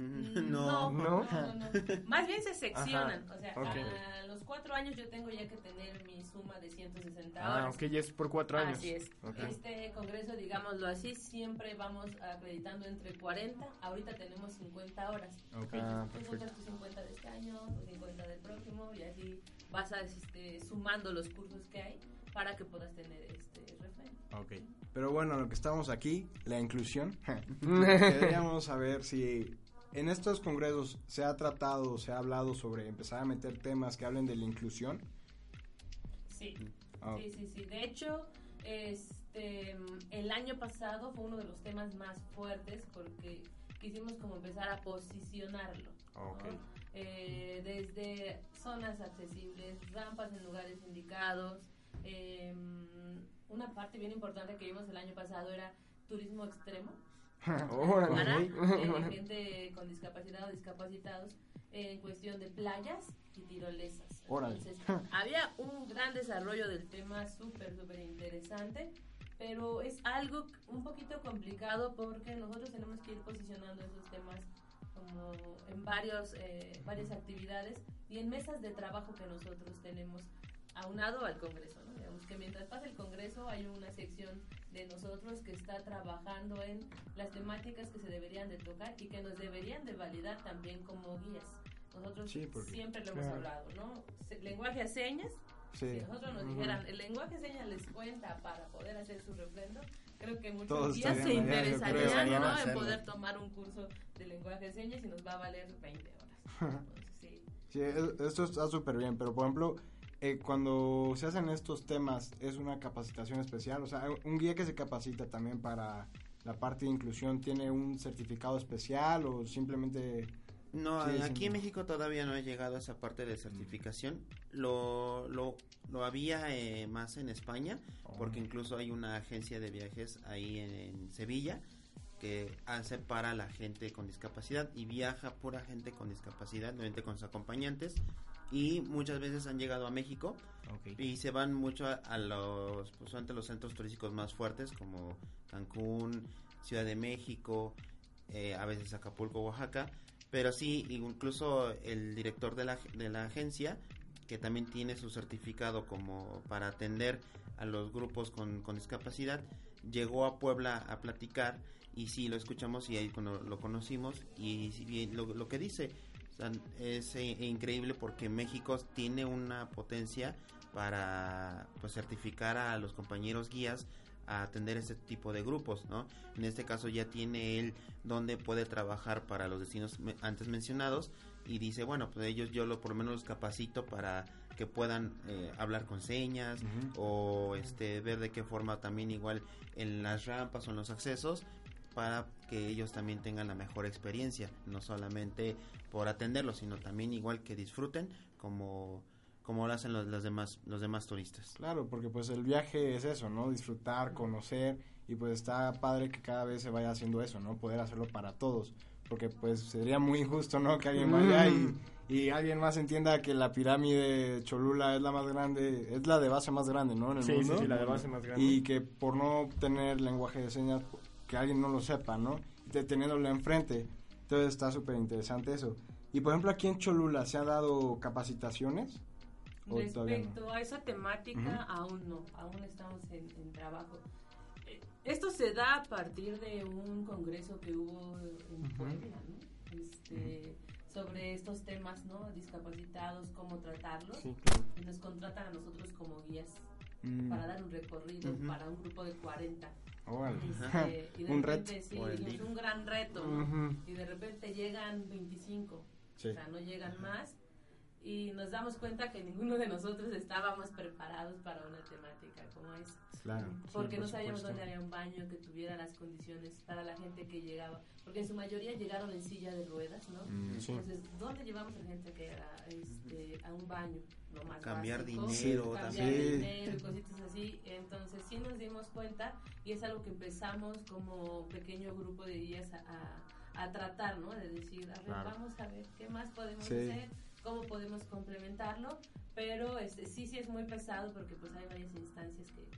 No. Más bien se seccionan. Ajá. O sea, Okay. a los 4 años yo tengo ya que tener mi suma de 160 Ah, horas. ok, ya es por 4 años. Así es. Okay. Este congreso, digámoslo así, siempre vamos acreditando entre 40. Ahorita tenemos 50 horas. Okay. Tú sacas tus 50 de este año, tus 50 del próximo, y así vas sumando los cursos que hay para que puedas tener referente. Ok. Pero bueno, lo que estamos aquí, la inclusión. Queríamos saber si en estos congresos se ha tratado, se ha hablado sobre empezar a meter temas que hablen de la inclusión. Sí, sí. De hecho, el año pasado fue uno de los temas más fuertes porque quisimos como empezar a posicionarlo. Okay. ¿No? Desde zonas accesibles, rampas en lugares indicados. Una parte bien importante que vimos el año pasado era turismo extremo. Para gente con discapacidad o discapacitados en cuestión de playas y tirolesas. Entonces, había un gran desarrollo del tema súper interesante, pero es algo un poquito complicado porque nosotros tenemos que ir posicionando esos temas como en varias actividades y en mesas de trabajo que nosotros tenemos aunado al Congreso, ¿no? Digamos que mientras pasa el Congreso hay una sección de nosotros que está trabajando en las temáticas que se deberían de tocar y que nos deberían de validar también como guías. Nosotros siempre lo hemos hablado, ¿no? Lenguaje a señas. Sí. Si nosotros nos dijeran, el lenguaje a señas les cuenta para poder hacer su refrendo, creo que muchos todos guías se interesarían, ¿no? En hacerlo. poder tomar un curso de lenguaje de señas y nos va a valer 20 horas. Entonces, Sí, esto está súper bien, pero por ejemplo, cuando se hacen estos temas, ¿es una capacitación especial? O sea, un guía que se capacita también para la parte de inclusión, ¿tiene un certificado especial o simplemente No, Sí, aquí sí. en México todavía no ha llegado a esa parte de certificación. Lo había más en España, porque incluso hay una agencia de viajes ahí en Sevilla que hace para la gente con discapacidad y viaja pura gente con discapacidad, obviamente con sus acompañantes, y muchas veces han llegado a México y se van mucho a los, pues, ante los centros turísticos más fuertes como Cancún, Ciudad de México, a veces Acapulco, Oaxaca. Pero sí, incluso el director de la agencia, que también tiene su certificado como para atender a los grupos con discapacidad, llegó a Puebla a platicar y sí, lo escuchamos y ahí lo conocimos y sí, lo que dice, o sea, es increíble porque México tiene una potencia para pues certificar a los compañeros guías a atender este tipo de grupos, ¿no? En este caso ya tiene él donde puede trabajar para los destinos antes mencionados y dice, bueno, pues ellos por lo menos los capacito para que puedan hablar con señas o ver de qué forma también igual en las rampas o en los accesos para que ellos también tengan la mejor experiencia, no solamente por atenderlos, sino también igual que disfruten como lo hacen los demás turistas. Claro, porque pues el viaje es eso, ¿no? Disfrutar, conocer, y pues está padre que cada vez se vaya haciendo eso, ¿no? Poder hacerlo para todos, porque pues sería muy injusto, ¿no? Que alguien vaya y alguien más entienda que la pirámide de Cholula es la más grande, es la de base más grande, ¿no? En el mundo. Sí, la de base más grande. Y que por no tener lenguaje de señas, que alguien no lo sepa, ¿no? Teniéndolo enfrente. Entonces está súper interesante eso. Y por ejemplo, aquí en Cholula, ¿se han dado capacitaciones? Respecto a esa temática, aún no, aún estamos en trabajo. Esto se da a partir de un congreso que hubo en Puebla, ¿no? Sobre estos temas, ¿no? Discapacitados, cómo tratarlos. Sí, claro. Y nos contratan a nosotros como guías para dar un recorrido para un grupo de 40. Y de un repente, reto. sí, es un gran reto, y de repente llegan 25, o sea, no llegan más. Y nos damos cuenta que ninguno de nosotros estábamos preparados para una temática como esa. Claro, porque no sabíamos dónde había un baño que tuviera las condiciones para la gente que llegaba. Porque en su mayoría llegaron en silla de ruedas, ¿no? Entonces, ¿dónde llevamos a gente que era a un baño? Lo más cambiar básico, dinero dinero y cositas así. Entonces, sí nos dimos cuenta y es algo que empezamos como pequeño grupo de guías a tratar, ¿no? De decir, vamos a ver qué más podemos hacer, cómo podemos complementarlo, pero sí es muy pesado porque pues hay varias instancias que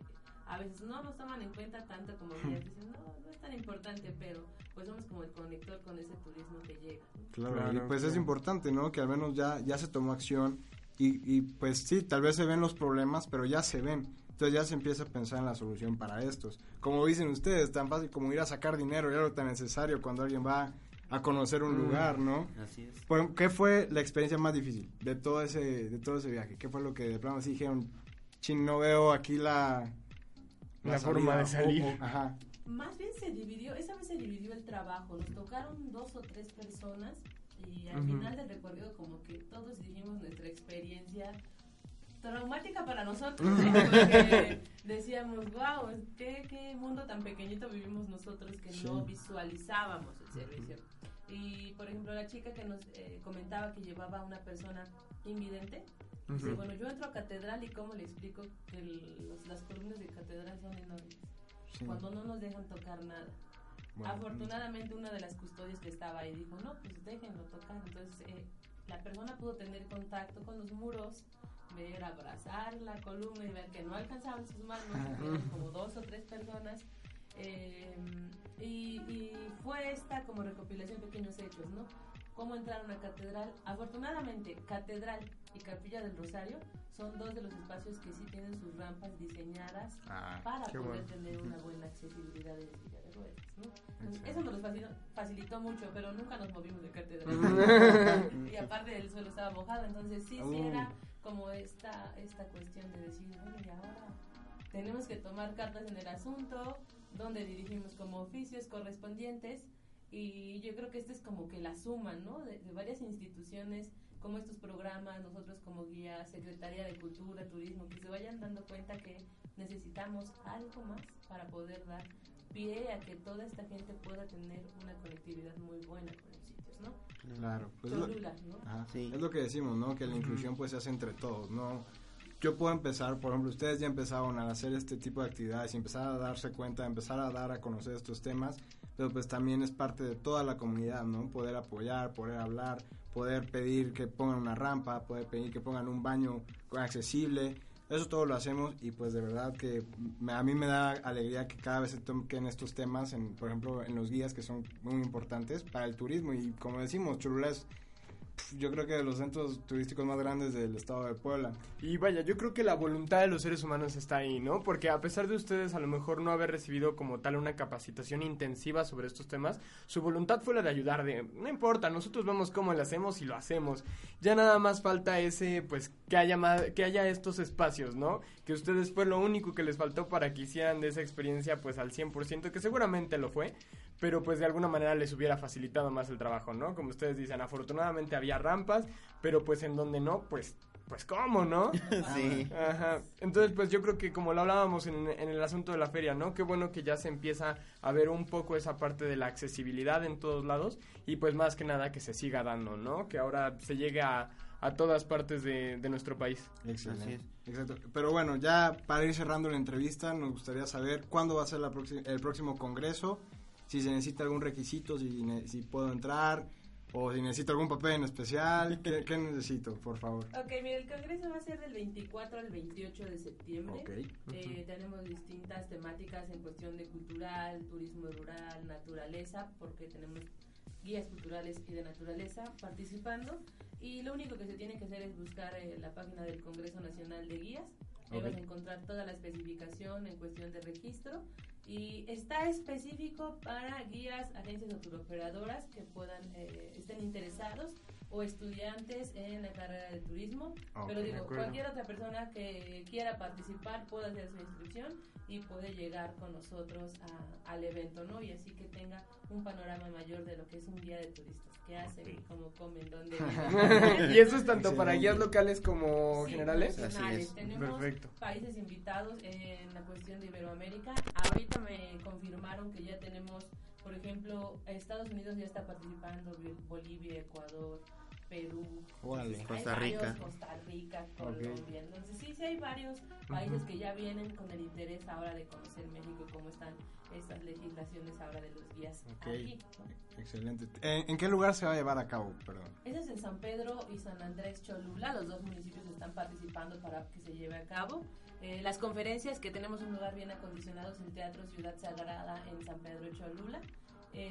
a veces no nos toman en cuenta tanto como guías, dicen no es tan importante, pero pues somos como el conector con ese turismo que llega, ¿no? Claro, y pues es importante, ¿no? Que al menos ya se tomó acción y pues sí, tal vez se ven los problemas, pero ya se ven. Entonces ya se empieza a pensar en la solución para estos. Como dicen ustedes, tan fácil como ir a sacar dinero y algo tan necesario cuando alguien va a conocer un lugar, ¿no? Así es. ¿Qué fue la experiencia más difícil de todo ese viaje? ¿Qué fue lo que de plano sí dijeron, no veo aquí la forma de salir? Ajá. Más bien esa vez se dividió el trabajo, nos tocaron 2 o 3 personas y al final del recorrido como que todos dijimos nuestra experiencia traumática para nosotros, porque decíamos, wow, qué mundo tan pequeñito vivimos nosotros que no visualizábamos el servicio. Y por ejemplo la chica que nos comentaba que llevaba a una persona invidente, dice, bueno, yo entro a catedral y cómo le explico que las columnas de catedral son enormes, cuando no nos dejan tocar nada. Bueno, afortunadamente una de las custodias que estaba ahí dijo, no, pues déjenlo tocar. Entonces la persona pudo tener contacto con los muros, ver, abrazar la columna y ver que no alcanzaban sus manos, como 2 o 3 personas. Y fue esta como recopilación de pequeños hechos, ¿no? Cómo entrar a una catedral. Afortunadamente, catedral y capilla del Rosario son 2 de los espacios que sí tienen sus rampas diseñadas para poder tener una buena accesibilidad en silla de ruedas, ¿no? Entonces, eso nos facilitó mucho, pero nunca nos movimos de catedral. Y aparte el suelo estaba mojado, entonces sí era como esta cuestión de decir, bueno, y ahora tenemos que tomar cartas en el asunto, donde dirigimos como oficios correspondientes, y yo creo que esta es como que la suma, ¿no? De varias instituciones, como estos programas, nosotros como guía, Secretaría de Cultura, Turismo, que se vayan dando cuenta que necesitamos algo más para poder dar pie a que toda esta gente pueda tener una conectividad muy buena con los sitios, ¿no? Claro, pues Cholula, ¿no? Ajá, sí. Es lo que decimos, ¿no? Que la inclusión pues se hace entre todos, ¿no? Yo puedo empezar, por ejemplo, ustedes ya empezaron a hacer este tipo de actividades y empezar a darse cuenta, empezar a dar a conocer estos temas, pero pues también es parte de toda la comunidad, ¿no? Poder apoyar, poder hablar, poder pedir que pongan una rampa, poder pedir que pongan un baño accesible, eso todo lo hacemos y pues de verdad que a mí me da alegría que cada vez se toquen estos temas, por ejemplo, en los guías que son muy importantes para el turismo y como decimos, Cholula es yo creo que de los centros turísticos más grandes del estado de Puebla. Y vaya, yo creo que la voluntad de los seres humanos está ahí, ¿no? Porque a pesar de ustedes a lo mejor no haber recibido como tal una capacitación intensiva sobre estos temas, su voluntad fue la de ayudar, no importa, nosotros vemos cómo lo hacemos y lo hacemos. Ya nada más falta ese, pues, que haya estos espacios, ¿no? Que ustedes fue lo único que les faltó para que hicieran de esa experiencia, pues, al 100%, que seguramente lo fue, pero pues de alguna manera les hubiera facilitado más el trabajo, ¿no? Como ustedes dicen, afortunadamente había rampas, pero pues en donde no, pues ¿cómo, no? Sí. Ajá. Entonces, pues yo creo que como lo hablábamos en el asunto de la feria, ¿no? Qué bueno que ya se empieza a ver un poco esa parte de la accesibilidad en todos lados y pues más que nada que se siga dando, ¿no? Que ahora se llegue a todas partes de nuestro país. Excelente. Exacto. Pero bueno, ya para ir cerrando la entrevista, nos gustaría saber cuándo va a ser el próximo congreso, si se necesita algún requisito, si puedo entrar, o si necesito algún papel en especial, ¿qué necesito, por favor? Ok, mira, el congreso va a ser del 24 al 28 de septiembre. Okay. Tenemos distintas temáticas en cuestión de cultural, turismo rural, naturaleza, porque tenemos guías culturales y de naturaleza participando. Y lo único que se tiene que hacer es buscar la página del Congreso Nacional de Guías. Ahí vas a encontrar toda la especificación en cuestión de registro. Y está específico para guías, agencias o turoperadoras que estén interesados o estudiantes en la carrera de turismo. Pero digo, cualquier otra persona que quiera participar puede hacer su inscripción y puede llegar con nosotros al evento, ¿no? Y así que tenga un panorama mayor de lo que es un guía de turistas. ¿Qué hacen? ¿Cómo comen? ¿Dónde viven? ¿Y eso es tanto para guías locales como generales? Así es. Tenemos países invitados en la cuestión de Iberoamérica. Ahorita me confirmaron que ya tenemos, por ejemplo, Estados Unidos ya está participando, Bolivia, Ecuador, Perú, Costa Rica, Colombia. Entonces sí hay varios países que ya vienen con el interés ahora de conocer México y cómo están estas legislaciones ahora de los guías aquí, ¿no? Excelente. ¿En qué lugar se va a llevar a cabo? Perdón. Eso es en San Pedro y San Andrés Cholula. Los dos municipios están participando para que se lleve a cabo. Las conferencias, que tenemos un lugar bien acondicionado, es el Teatro Ciudad Sagrada en San Pedro Cholula, que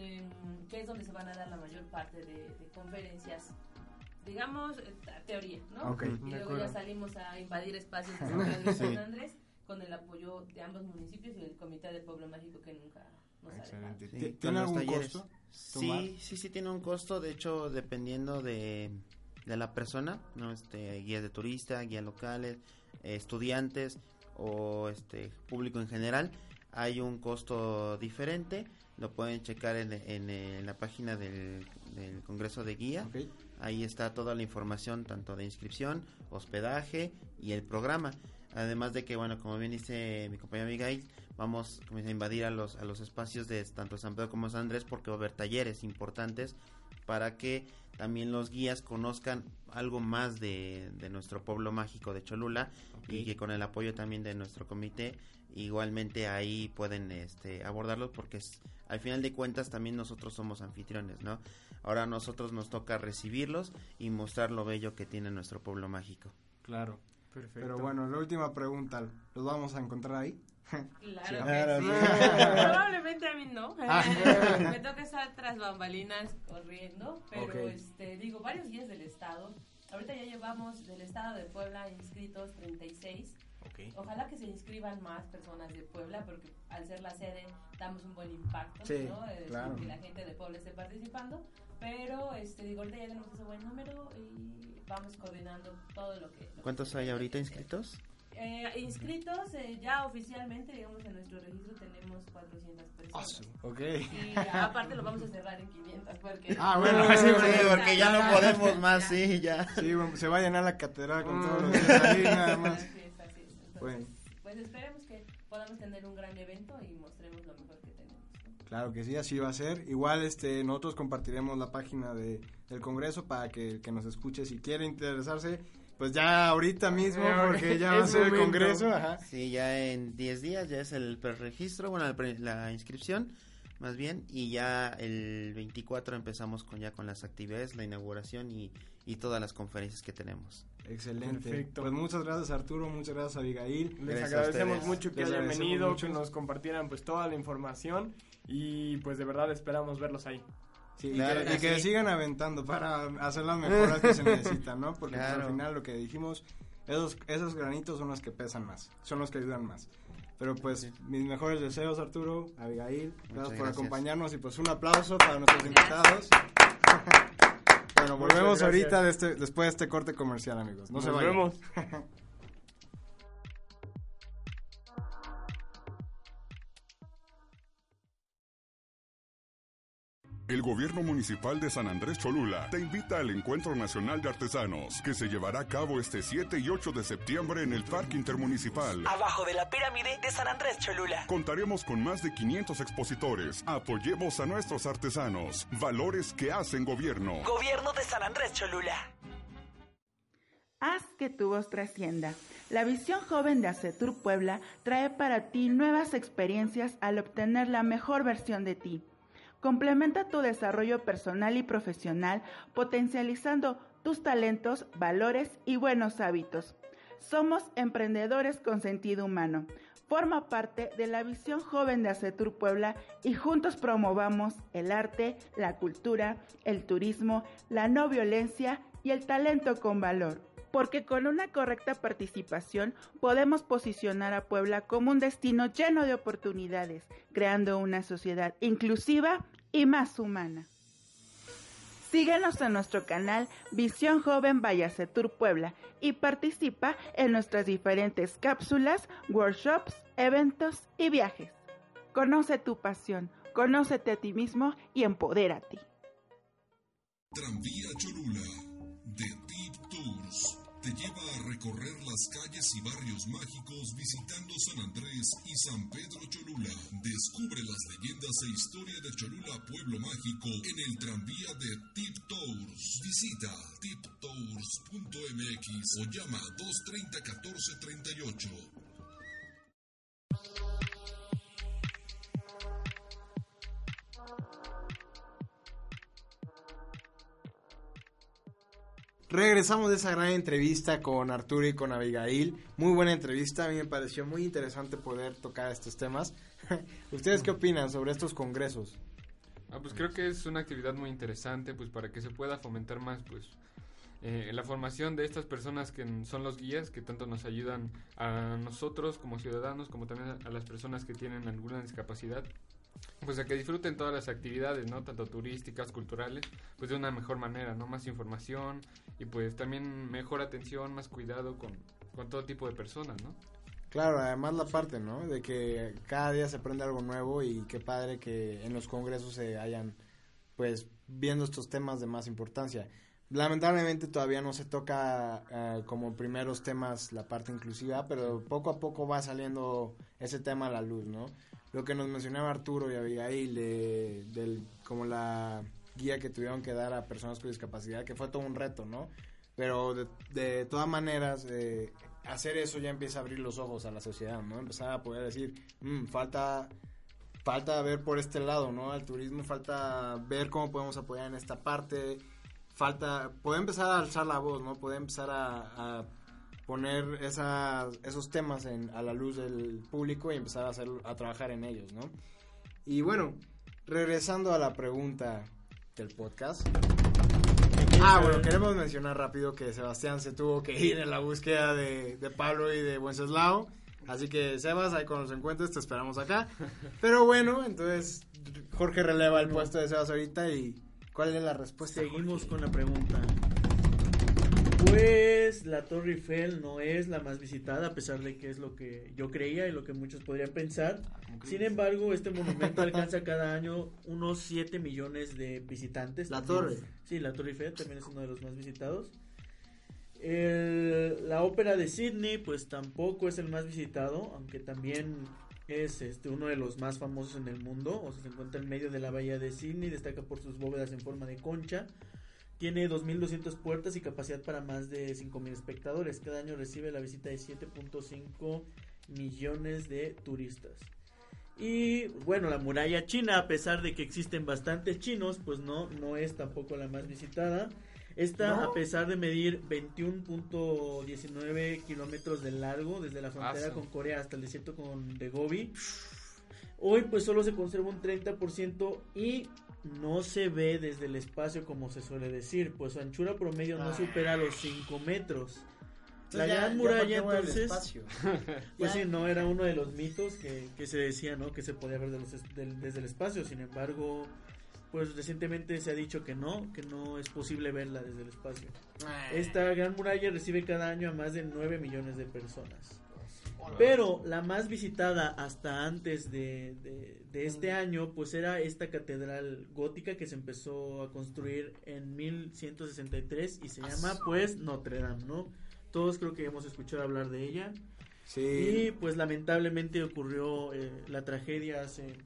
es donde se van a dar la mayor parte de conferencias, digamos, teoría, ¿no? Y luego ya salimos a invadir espacios de San Pedro y San Andrés con el apoyo de ambos municipios y el Comité del Pueblo Mágico que nunca nos ha dejado. ¿Tiene algún costo? Sí, tiene un costo, de hecho, dependiendo de la persona, ¿no? Guías de turista, guías locales, estudiantes o público en general, hay un costo diferente. Lo pueden checar en la página del Congreso de Guía. Ahí está toda la información, tanto de inscripción, hospedaje y el programa. Además de que, bueno, como bien dice mi compañera Miguel, vamos a invadir a los espacios de tanto San Pedro como San Andrés, porque va a haber talleres importantes para que también los guías conozcan algo más de nuestro pueblo mágico de Cholula, y que con el apoyo también de nuestro comité, igualmente ahí pueden abordarlos, porque al final de cuentas también nosotros somos anfitriones, ¿no? Ahora a nosotros nos toca recibirlos y mostrar lo bello que tiene nuestro pueblo mágico. Claro. Perfecto. Pero bueno, la última pregunta, ¿los vamos a encontrar ahí? Claro que sí. Probablemente a mí no. Me toca estar tras bambalinas corriendo, pero digo, varios guías del estado. Ahorita ya llevamos del estado de Puebla inscritos 36. Ojalá que se inscriban más personas de Puebla, porque al ser la sede damos un buen impacto, ¿no? Claro. Que la gente de Puebla esté participando. Pero digo, ahorita ya tenemos ese buen número y vamos coordinando todo lo que... ¿Cuántos hay ahorita inscritos? Inscritos ya oficialmente, digamos, en nuestro registro tenemos 400 personas. Y aparte lo vamos a cerrar en 500 porque... bueno, sí, porque ya no podemos más, sí, ya. Sí, se va a llenar la catedral con todos los días ahí, nada más. Así es. Entonces, pues esperemos que podamos tener un gran evento y mostremos lo mejor que tenemos, ¿no? Claro que sí, así va a ser. Igual nosotros compartiremos la página del Congreso para que el que nos escuche, si quiere interesarse, pues ya ahorita mismo, porque ya va a ser el Congreso. Ajá. Sí, ya en 10 días ya es el preregistro, bueno, la inscripción, más bien, y ya el 24 empezamos con las actividades, la inauguración y todas las conferencias que tenemos. Excelente. Perfecto. Pues muchas gracias, Arturo, muchas gracias, Abigail. Les agradecemos mucho que hayan venido, que nos compartieran pues toda la información y pues de verdad esperamos verlos ahí. Sí, claro, y que sigan aventando para hacer las mejoras que se necesitan, ¿no? Porque al final lo que dijimos, esos granitos son los que pesan más, son los que ayudan más. Pero pues mis mejores deseos, Arturo, Abigail, gracias por acompañarnos y pues un aplauso para nuestros invitados. Bueno, volvemos ahorita después de este corte comercial, amigos. No se vayan. Nos vemos. El Gobierno Municipal de San Andrés Cholula te invita al Encuentro Nacional de Artesanos, que se llevará a cabo este 7 y 8 de septiembre en el Parque Intermunicipal. Abajo de la pirámide de San Andrés Cholula. Contaremos con más de 500 expositores. Apoyemos a nuestros artesanos. Valores que hacen gobierno. Gobierno de San Andrés Cholula. Haz que tu voz trascienda. La visión joven de Acetur Puebla trae para ti nuevas experiencias al obtener la mejor versión de ti. Complementa tu desarrollo personal y profesional potencializando tus talentos, valores y buenos hábitos. Somos emprendedores con sentido humano. Forma parte de la visión joven de Acetur Puebla y juntos promovamos el arte, la cultura, el turismo, la no violencia y el talento con valor. Porque con una correcta participación podemos posicionar a Puebla como un destino lleno de oportunidades, creando una sociedad inclusiva y más humana. Síguenos en nuestro canal Visión Joven by Acetur Puebla y participa en nuestras diferentes cápsulas, workshops, eventos y viajes. Conoce tu pasión, conócete a ti mismo y empodérate. Tranvía Cholula de Tip Tours te lleva a recorrer las calles y barrios mágicos visitando San Andrés y San Pedro Cholula. Descubre las leyendas e historia de Cholula Pueblo Mágico en el tranvía de Tip Tours. Visita tiptours.mx o llama 230-1438. Regresamos de esa gran entrevista con Arturo y con Abigail. Muy buena entrevista, a mí me pareció muy interesante poder tocar estos temas. ¿Ustedes qué opinan sobre estos congresos? Pues creo que es una actividad muy interesante, pues para que se pueda fomentar más, pues la formación de estas personas que son los guías, que tanto nos ayudan a nosotros como ciudadanos, como también a las personas que tienen alguna discapacidad, pues a que disfruten todas las actividades, ¿no? Tanto turísticas, culturales, pues de una mejor manera, ¿no? Más información y pues también mejor atención, más cuidado con todo tipo de personas, ¿no? Claro, además la parte, ¿no? De que cada día se aprende algo nuevo y qué padre que en los congresos se hayan, pues, viendo estos temas de más importancia. Lamentablemente todavía no se toca como primeros temas la parte inclusiva, pero poco a poco va saliendo ese tema a la luz, ¿no? Lo que nos mencionaba Arturo y Abigail como la guía que tuvieron que dar a personas con discapacidad, que fue todo un reto, ¿no? Pero de todas maneras, hacer eso ya empieza a abrir los ojos a la sociedad, ¿no? Empezar a poder decir, falta ver por este lado, ¿no? Al turismo, falta ver cómo podemos apoyar en esta parte, poder empezar a alzar la voz, ¿no? Poder empezar a poner esos temas a la luz del público y empezar a trabajar en ellos, ¿no? Y bueno, regresando a la pregunta del podcast. Bueno, queremos mencionar rápido que Sebastián se tuvo que ir en la búsqueda de Pablo y de Wenceslao. Así que, Sebas, ahí cuando los encuentres te esperamos acá. Pero bueno, entonces Jorge releva el puesto de Sebas ahorita. ¿Y cuál es la respuesta? Seguimos con la pregunta. Pues la Torre Eiffel no es la más visitada, a pesar de que es lo que yo creía y lo que muchos podrían pensar. Sin embargo, este monumento alcanza cada año unos 7 millones de visitantes. ¿La Torre? Sí, la Torre Eiffel también es uno de los más visitados. La ópera de Sydney pues tampoco es el más visitado, aunque también Es uno de los más famosos en el mundo, o sea, se encuentra en medio de la bahía de Sydney, destaca por sus bóvedas en forma de concha. Tiene 2.200 puertas y capacidad para más de 5.000 espectadores. Cada año recibe la visita de 7.5 millones de turistas. Y bueno, la muralla china, a pesar de que existen bastantes chinos, pues no es tampoco la más visitada. Esta, a pesar de medir 21.19 kilómetros de largo, desde la frontera con Corea hasta el desierto de Gobi, hoy pues solo se conserva un 30% y no se ve desde el espacio, como se suele decir, pues su anchura promedio no supera los 5 metros. La Gran Muralla, entonces, pues sí, no era uno de los mitos que se decía, ¿no? Que se podía ver desde el espacio. Sin embargo, pues recientemente se ha dicho que no es posible verla desde el espacio. Esta Gran Muralla recibe cada año a más de 9 millones de personas. Pero la más visitada hasta antes de este año, pues era esta catedral gótica que se empezó a construir en 1163 y se llama pues Notre Dame, ¿no? Todos creo que hemos escuchado hablar de ella. Sí. Y pues lamentablemente ocurrió la tragedia hace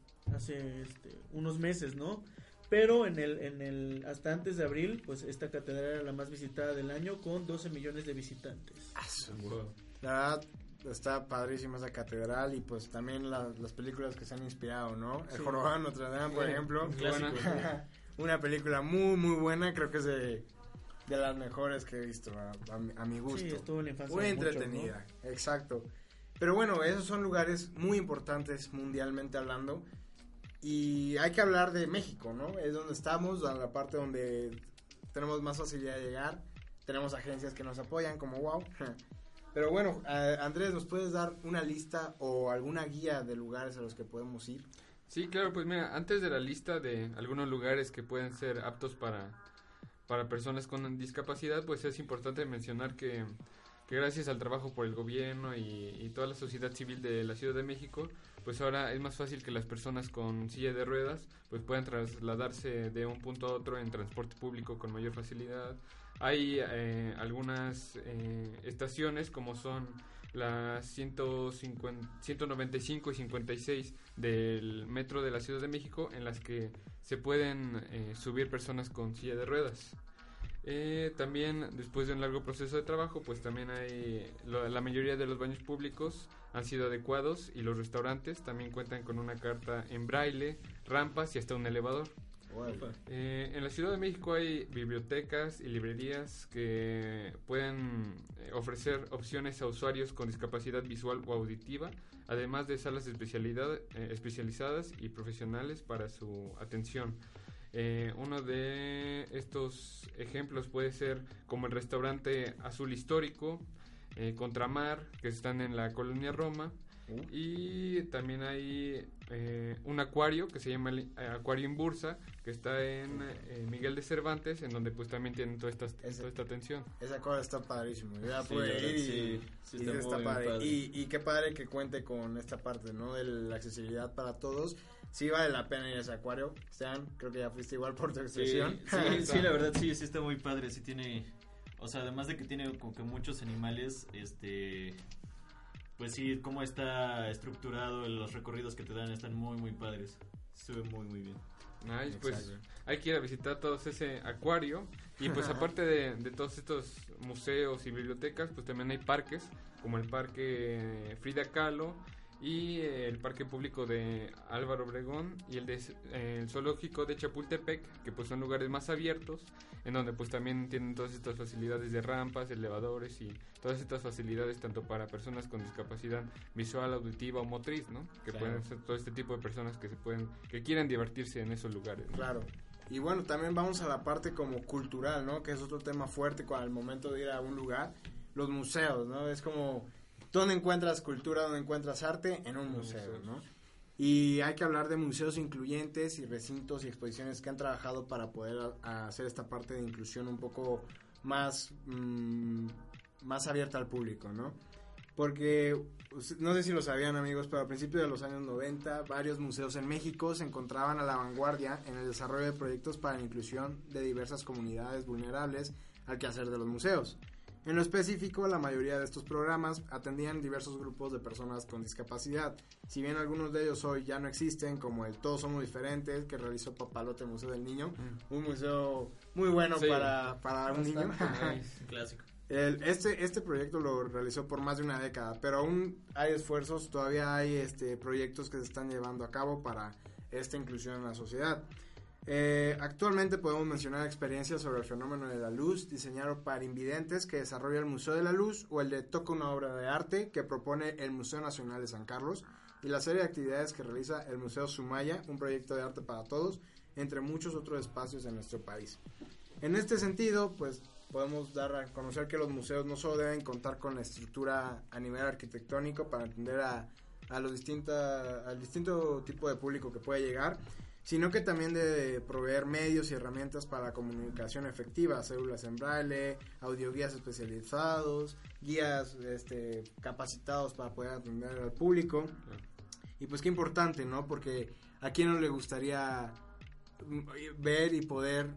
unos meses, ¿no? Pero hasta antes de abril, pues esta catedral era la más visitada del año con 12 millones de visitantes. La verdad, está padrísima esa catedral y pues también las películas que se han inspirado, ¿no? Sí. El Jorobado de Notre Dame, por ejemplo. Una película muy, muy buena, creo que es de las mejores que he visto a mi gusto. Sí, estuvo en la infancia. Muy entretenida, mucho, ¿no? Exacto. Pero bueno, esos son lugares muy importantes mundialmente hablando. Y hay que hablar de México, ¿no? Es donde estamos, a la parte donde tenemos más facilidad de llegar. Tenemos agencias que nos apoyan como WOW. Pero bueno, Andrés, ¿nos puedes dar una lista o alguna guía de lugares a los que podemos ir? Sí, claro, pues mira, antes de la lista de algunos lugares que pueden ser aptos para personas con discapacidad, pues es importante mencionar que gracias al trabajo por el gobierno y toda la sociedad civil de la Ciudad de México, pues ahora es más fácil que las personas con silla de ruedas pues puedan trasladarse de un punto a otro en transporte público con mayor facilidad. Hay algunas estaciones como son las 195 y 56 del metro de la Ciudad de México en las que se pueden subir personas con silla de ruedas. También después de un largo proceso de trabajo, pues también hay la mayoría de los baños públicos han sido adecuados y los restaurantes también cuentan con una carta en braille, rampas y hasta un elevador. En la Ciudad de México hay bibliotecas y librerías que pueden ofrecer opciones a usuarios con discapacidad visual o auditiva, además de salas especializadas y profesionales para su atención. Uno de estos ejemplos puede ser como el restaurante Azul Histórico, Contramar, que están en la colonia Roma, y también hay un acuario que se llama el Acuario en Bursa, que está en Miguel de Cervantes, en donde pues también tienen toda esta atención. Ese acuario está padrísimo, ya puede ir y está padre. Y qué padre que cuente con esta parte, ¿no? De la accesibilidad para todos. Sí vale la pena ir a ese acuario. Sean, creo que ya fuiste igual por tu expresión. Sí, la verdad sí está muy padre. Sí tiene, o sea, además de que tiene como que muchos animales, pues sí, cómo está estructurado, los recorridos que te dan están muy, muy padres. Se ve muy, muy bien. Nice, pues hay que ir a visitar todos ese acuario. Y pues aparte de todos estos museos y bibliotecas, pues también hay parques, como el Parque Frida Kahlo y el Parque Público de Álvaro Obregón y el Zoológico de Chapultepec, que pues son lugares más abiertos, en donde pues también tienen todas estas facilidades de rampas, elevadores y todas estas facilidades tanto para personas con discapacidad visual, auditiva o motriz, ¿no? Que pueden ser todo este tipo de personas que quieran divertirse en esos lugares, ¿no? Claro. Y bueno, también vamos a la parte como cultural, ¿no? Que es otro tema fuerte al momento de ir a un lugar. Los museos, ¿no? Es como, ¿dónde encuentras cultura, dónde encuentras arte? En un museo, ¿no? Y hay que hablar de museos incluyentes y recintos y exposiciones que han trabajado para poder hacer esta parte de inclusión un poco más abierta al público, ¿no? Porque, no sé si lo sabían, amigos, pero a principios de los años 90, varios museos en México se encontraban a la vanguardia en el desarrollo de proyectos para la inclusión de diversas comunidades vulnerables al quehacer de los museos. En lo específico, la mayoría de estos programas atendían diversos grupos de personas con discapacidad. Si bien algunos de ellos hoy ya no existen, como el Todos Somos Diferentes, que realizó Papalote Museo del Niño, un museo muy bueno para un niño. Clásico. Este proyecto lo realizó por más de una década, pero aún hay esfuerzos, todavía hay proyectos que se están llevando a cabo para esta inclusión en la sociedad. Actualmente podemos mencionar experiencias sobre el fenómeno de la luz diseñado para invidentes que desarrolla el Museo de la Luz, o el de Toca una obra de arte que propone el Museo Nacional de San Carlos, y la serie de actividades que realiza el Museo Sumaya, un proyecto de arte para todos, entre muchos otros espacios en nuestro país. En este sentido, pues podemos dar a conocer que los museos no solo deben contar con la estructura a nivel arquitectónico para atender al distinto tipo de público que puede llegar, sino que también debe proveer medios y herramientas para la comunicación efectiva, células en braille, audioguías especializados, guías capacitados para poder atender al público. Y pues qué importante, ¿no? Porque a quién no le gustaría ver y poder,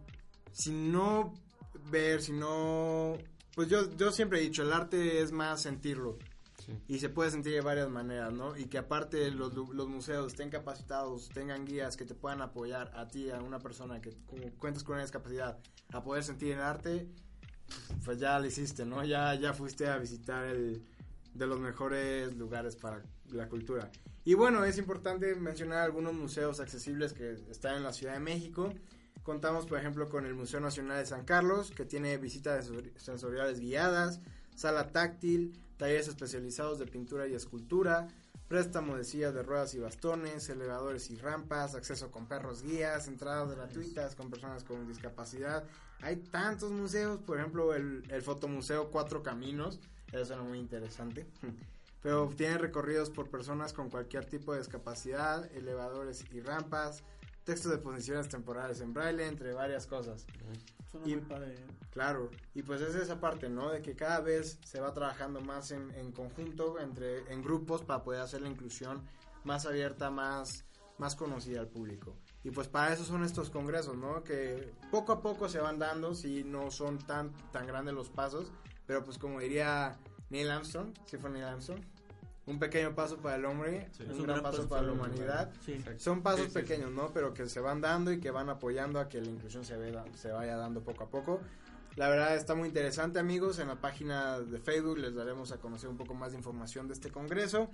pues yo siempre he dicho, el arte es más sentirlo. Sí. Y se puede sentir de varias maneras, ¿no? Y que aparte los museos estén capacitados, tengan guías que te puedan apoyar a ti, a una persona que cuentas con una discapacidad, a poder sentir el arte, pues ya lo hiciste, ¿no? Ya fuiste a visitar de los mejores lugares para la cultura. Y bueno, es importante mencionar algunos museos accesibles que están en la Ciudad de México. Contamos, por ejemplo, con el Museo Nacional de San Carlos, que tiene visitas sensoriales guiadas, sala táctil, talleres especializados de pintura y escultura, préstamo de sillas de ruedas y bastones, elevadores y rampas, acceso con perros guías, entradas gratuitas con personas con discapacidad. Hay tantos museos, por ejemplo, el Fotomuseo Cuatro Caminos, eso suena muy interesante, pero tiene recorridos por personas con cualquier tipo de discapacidad, elevadores y rampas, textos de posiciones temporales en braille, entre varias cosas. Y, muy padre. Claro, y pues es esa parte, ¿no? De que cada vez se va trabajando más en conjunto, en grupos, para poder hacer la inclusión más abierta, más conocida al público. Y pues para eso son estos congresos, ¿no? Que poco a poco se van dando, si no son tan grandes los pasos, pero pues como diría Neil Armstrong, ¿sí fue Neil Armstrong? Un pequeño paso para el hombre, sí, un gran paso para la humanidad. Sí. Son pasos pequeños, ¿no? Pero que se van dando y que van apoyando a que la inclusión se vaya dando poco a poco. La verdad está muy interesante, amigos. En la página de Facebook les daremos a conocer un poco más de información de este congreso.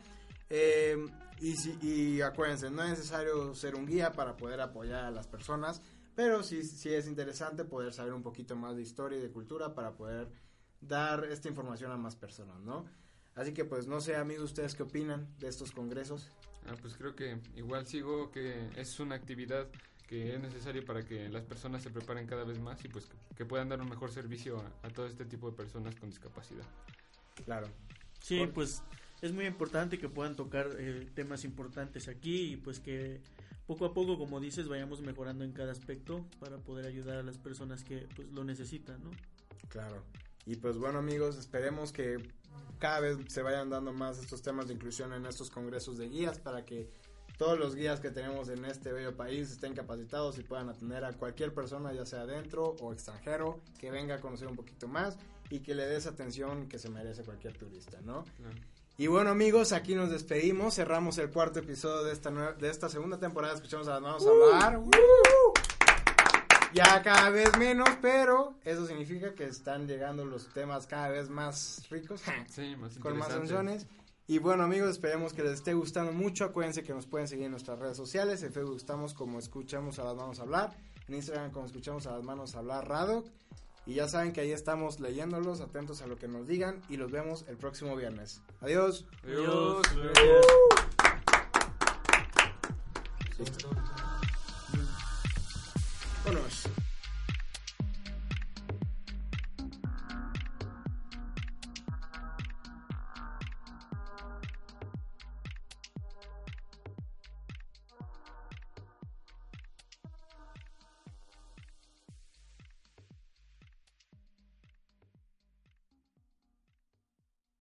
Y acuérdense, no es necesario ser un guía para poder apoyar a las personas, pero sí es interesante poder saber un poquito más de historia y de cultura para poder dar esta información a más personas, ¿no? Así que pues no sé, amigos, ¿ustedes qué opinan de estos congresos? Pues creo que igual sigo que es una actividad que es necesaria para que las personas se preparen cada vez más y pues que puedan dar un mejor servicio a todo este tipo de personas con discapacidad. Claro. Sí, pues es muy importante que puedan tocar temas importantes aquí y pues que poco a poco, como dices, vayamos mejorando en cada aspecto para poder ayudar a las personas que pues lo necesitan, ¿no? Claro. Y pues bueno, amigos, esperemos que cada vez se vayan dando más estos temas de inclusión en estos congresos de guías para que todos los guías que tenemos en este bello país estén capacitados y puedan atender a cualquier persona, ya sea dentro o extranjero, que venga a conocer un poquito más y que le dé esa atención que se merece cualquier turista, ¿no? Y bueno, amigos, aquí nos despedimos, cerramos el cuarto episodio de esta segunda temporada. Escuchamos a las manos hablar. Ya cada vez menos, pero eso significa que están llegando los temas cada vez más ricos, sí, más con más canciones. Y bueno, amigos, esperemos que les esté gustando mucho. Acuérdense que nos pueden seguir en nuestras redes sociales. En Facebook estamos como Escuchamos a las Manos Hablar, en Instagram como Escuchamos a las Manos Hablar Radoc. Y ya saben que ahí estamos leyéndolos, atentos a lo que nos digan, y los vemos el próximo viernes. Adiós. Adiós. Vámonos.